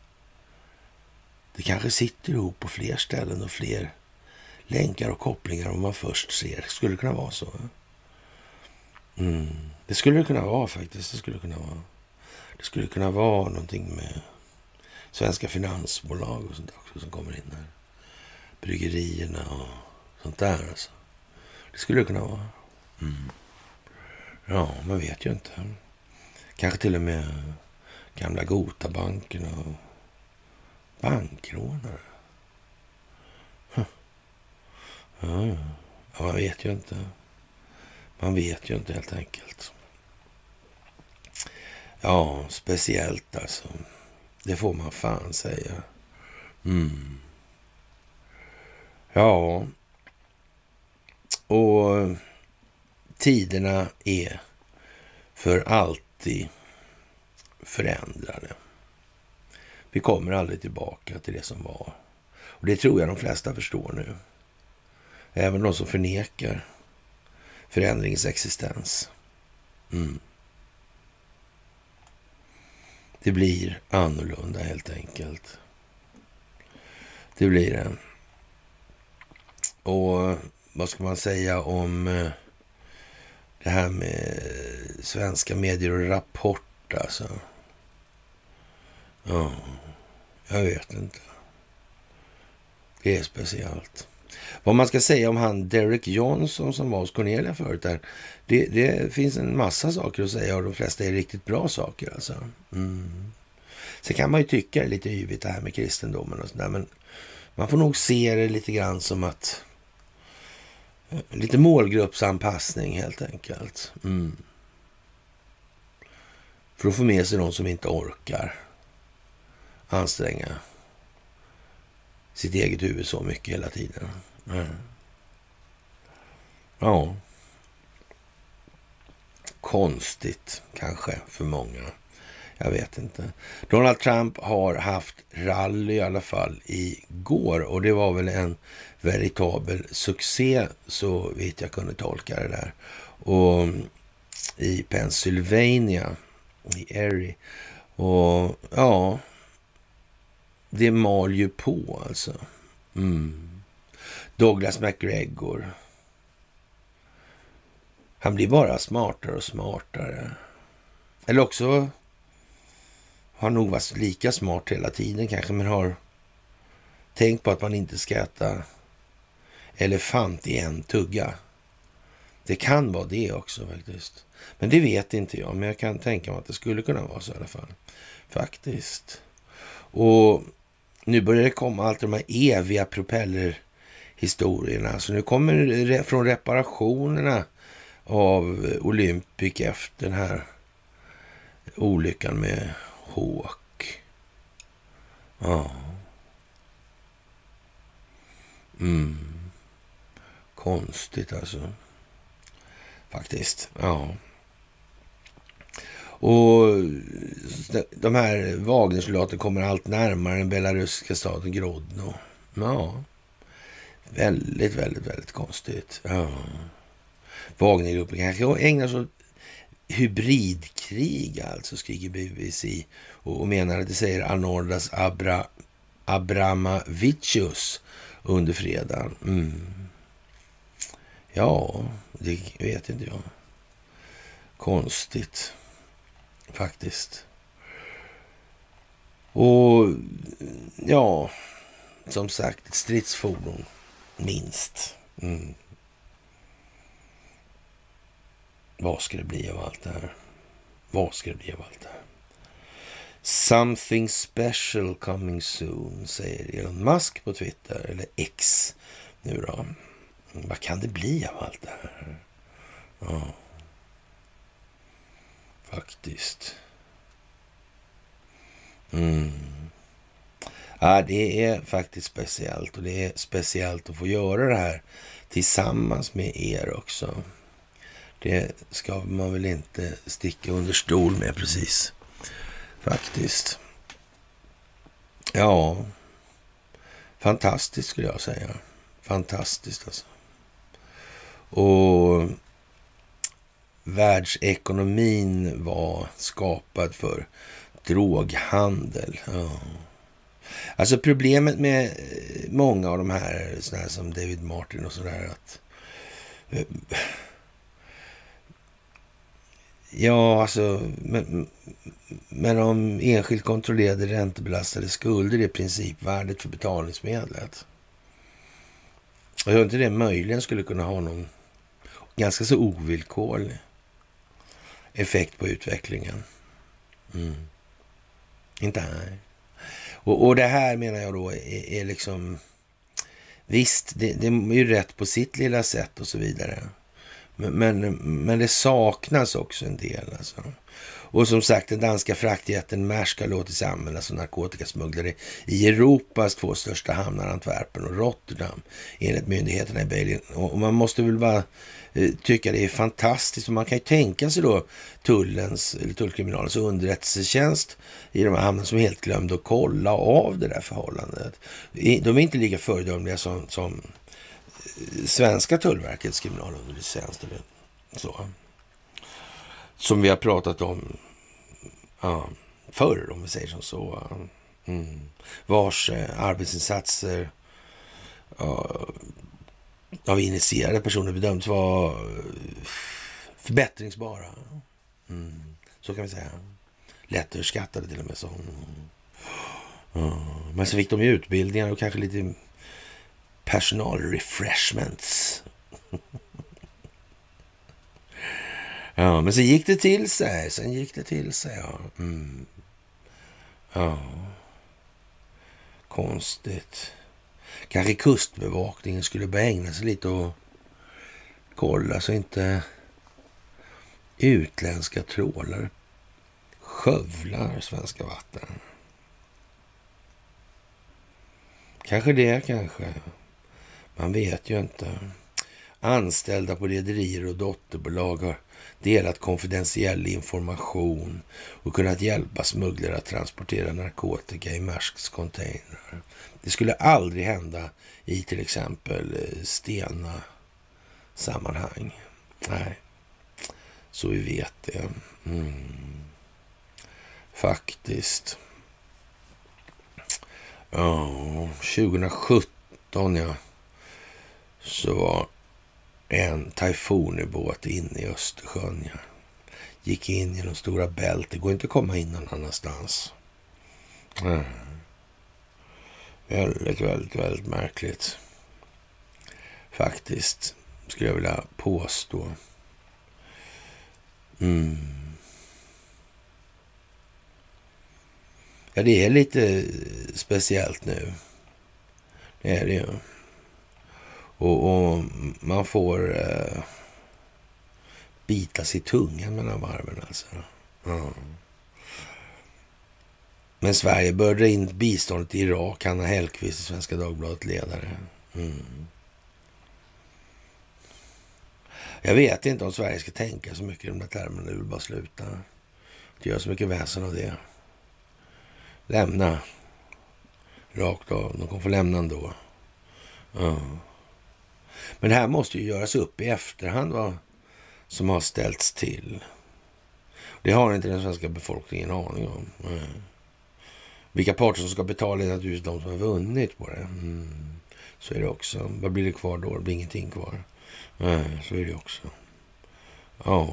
Det kanske sitter ihop på fler ställen och fler länkar och kopplingar om man först ser. Skulle det kunna vara så? Mm. Det skulle det kunna vara faktiskt. Det skulle kunna vara. Det skulle kunna vara någonting med svenska finansbolag och sånt också som kommer in här. Bryggerierna och sånt där alltså. Det skulle det kunna vara. Mm. Ja, man vet ju inte. Kanske till och med gamla Gotabanken och bankrånare. Huh. Ja, ja, man vet ju inte. Man vet ju inte helt enkelt. Ja, speciellt alltså. Det får man fan säga. Mm. Ja. Och tiderna är för alltid förändrade. Vi kommer aldrig tillbaka till det som var. Och det tror jag de flesta förstår nu. Även de som förnekar förändringens existens. Mm. Det blir annorlunda helt enkelt. Det blir det. Och vad ska man säga om det här med svenska medier och Rapport alltså? Ja, jag vet inte. Det är speciellt. Vad man ska säga om han Derek Johnson som var hos Cornelia förut där. Det, det finns en massa saker att säga och de flesta är riktigt bra saker alltså. Mm. Sen kan man ju tycka det är lite yvigt det här med kristendomen och sådär. Men man får nog se det lite grann som att lite målgruppsanpassning helt enkelt. Mm. För att få med sig de som inte orkar anstränga sitt eget huvud så mycket hela tiden. Mm. Ja. Konstigt kanske för många. Jag vet inte. Donald Trump har haft rally i alla fall igår och det var väl en veritabel succé så vitt jag kunde tolka det där. Och i Pennsylvania, i Erie. Och ja, det mal ju på alltså. Mm. Douglas McGregor. Han blir bara smartare och smartare. Eller också har nog varit lika smart hela tiden kanske, men har tänkt på att man inte ska äta elefant i en tugga. Det kan vara det också faktiskt. Men det vet inte jag, men jag kan tänka mig att det skulle kunna vara så i alla fall. Faktiskt. Och nu börjar det komma allt de här eviga propellerhistorierna. Så nu kommer det från reparationerna av Olympic efter den här olyckan med Hawk. Ja. Mm. Konstigt alltså. Faktiskt. Ja. Och de här Wagnersoldaterna kommer allt närmare den belarusiska staden Grodno. Ja. Väldigt, väldigt, väldigt konstigt. Ja. Wagnergruppen kanske ägnar sig åt hybridkrig alltså, skriker B B C och, och menar att det säger Arnoldas Abra, Abramavicius under fredagen. Mm. Ja, det vet inte jag. Konstigt faktiskt. Och ja, som sagt, ett stridsfordon minst. Mm. Vad ska det bli av allt det här? Vad ska det bli av allt det här? Something special coming soon, säger Elon Musk på Twitter, eller X nu då. Vad kan det bli av allt det här? Ja. Faktiskt. Mm. Ja, det är faktiskt speciellt. Och det är speciellt att få göra det här tillsammans med er också. Det ska man väl inte sticka under stol med precis. Faktiskt. Ja. Fantastiskt skulle jag säga. Fantastiskt alltså. Och världsekonomin var skapad för droghandel. Ja. Alltså problemet med många av de här, såna här som David Martin och sådär, att ja, alltså men, men om enskilt kontrollerade räntebelastade skulder är principvärdet för betalningsmedlet. Och jag inte det möjligen skulle kunna ha någon ganska så ovillkorlig effekt på utvecklingen. Mm. Inte här. Och, och det här menar jag då är, är liksom visst, det, det är ju rätt på sitt lilla sätt och så vidare. Men, men, men det saknas också en del alltså. Och som sagt, den danska fraktjätten Maersk har låtit sig användas som narkotikasmugglare i Europas två största hamnar, Antwerpen och Rotterdam, enligt myndigheterna i Belgien. Och man måste väl bara eh, tycka det är fantastiskt. Och man kan ju tänka sig då tullens, eller tullkriminalens underrättelsetjänst i de här hamnarna som helt glömde att kolla av det där förhållandet. De är inte lika föredömliga som, som svenska tullverkets kriminalunderrättelsetjänst eller så. Som vi har pratat om ja, förr, om vi säger som så. Mm. Vars eh, arbetsinsatser ja, av initierade personer bedömts vara förbättringsbara. Mm. Så kan vi säga. Lättöverskattade till och med. Så. Mm. Men så fick de ju utbildningar och kanske lite personalrefreshments. Ja, men så gick det till sig. Sen gick det till sig, ja. Mm. Ja. Konstigt. Kanske kustbevakningen skulle börja ägna sig lite och kolla så inte utländska trålare skövlar svenska vatten. Kanske det, kanske. Man vet ju inte. Anställda på rederier och dotterbolag har delat konfidentiell information och kunnat hjälpa smugglare att transportera narkotika i Maersks containrar. Det skulle aldrig hända i till exempel Stena sammanhang. Nej, så vi vet det. Mm. Faktiskt. Ja, tjugohundrasjutton ja, så var en tyfonubåt inne i Östersjön. Ja. Gick in i de stora bält. Det går inte att komma in någon annanstans. Mm. Väldigt, väldigt, väldigt märkligt. Faktiskt, skulle jag vilja påstå. Mm. Ja, det är lite speciellt nu. Det är det ju. Och, och man får eh, bita sig i tungan mellan varven alltså. Ja. Men Sverige bör dra in biståndet till Irak. Hanna Hellquist i Svenska Dagbladet ledare. Mm. Jag vet inte om Sverige ska tänka så mycket i de där termerna. Det vill bara sluta. Det gör så mycket väsen av det. Lämna. Rakt av. De kommer få lämna ändå. Ja. Men det här måste ju göras upp i efterhand vad som har ställts till. Det har inte den svenska befolkningen aning om. Mm. Vilka parter som ska betala är naturligtvis de som har vunnit på det. Mm. Så är det också. Vad blir det kvar då? Det blir ingenting kvar. Mm. Så är det också. Ja.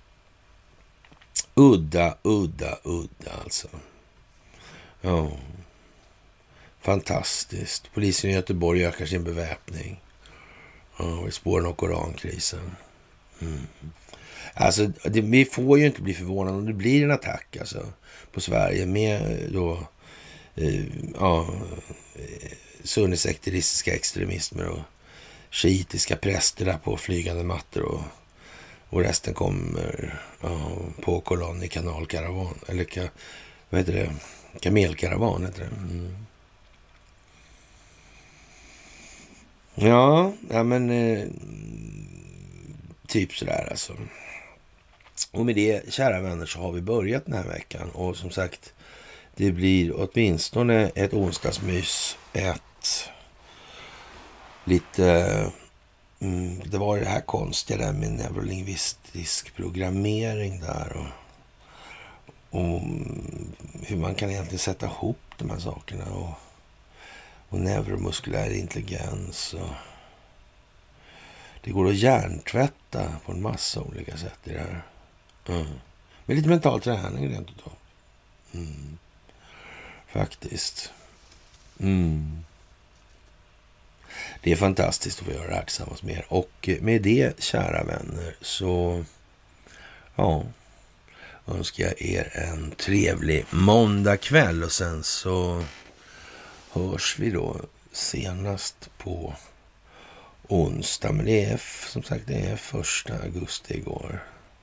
Udda, udda, udda alltså. Ja. Fantastiskt. Polisen i Göteborg ökar sin beväpning. Ja, i spåren av korankrisen. Mm. Alltså, det, vi får ju inte bli förvånade om det blir en attack alltså, på Sverige med då eh, ja, sunnisekteristiska extremister och shiitiska präster där på flygande mattor och, och resten kommer ja, på kolonn i kanalkaravan eller ka, vad heter det? Kamelkaravan heter det. Mm. Ja, ja men eh, typ sådär alltså. Och med det, kära vänner, så har vi börjat den här veckan. Och som sagt, det blir åtminstone ett onsdagsmys. Ett lite... Mm, det var det här konstiga där med neurolingvistisk programmering där. Och, och hur man kan egentligen sätta ihop de här sakerna. Och, och neuromuskulär intelligens. Och det går att hjärntvätta på en massa olika sätt i det här. Mm. Med lite mental träning rent utav. Mm. Faktiskt. Mm. Det är fantastiskt att få göra det här tillsammans med er. Och med det, kära vänner, så ja, önskar jag er en trevlig måndagkväll. Och sen så hörs vi då senast på onsdag. Men det är som sagt det är första augusti igår.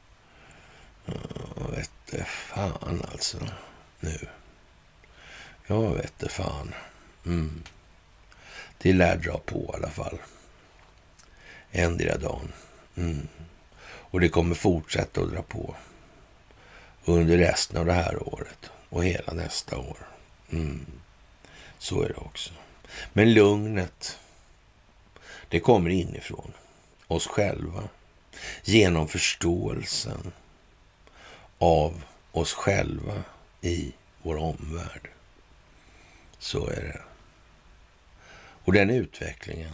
Jag vet det fan alltså nu. Jag vet det fan. Mm. Det lär dra på i alla fall. Ändra dagen. Mm. Och det kommer fortsätta att dra på. Under resten av det här året. Och hela nästa år. Mm. Så är det också. Men lugnet. Det kommer inifrån. Oss själva. Genom förståelsen. Av oss själva. I vår omvärld. Så är det. Och den utvecklingen.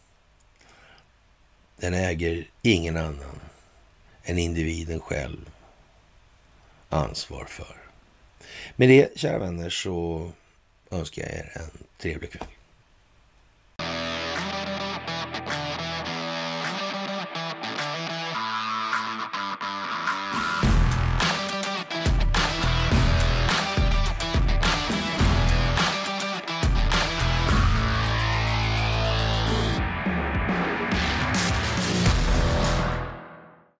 Den äger ingen annan än individen själv ansvar för. Med det, kära vänner, så önskar jag er en trevlig kväll.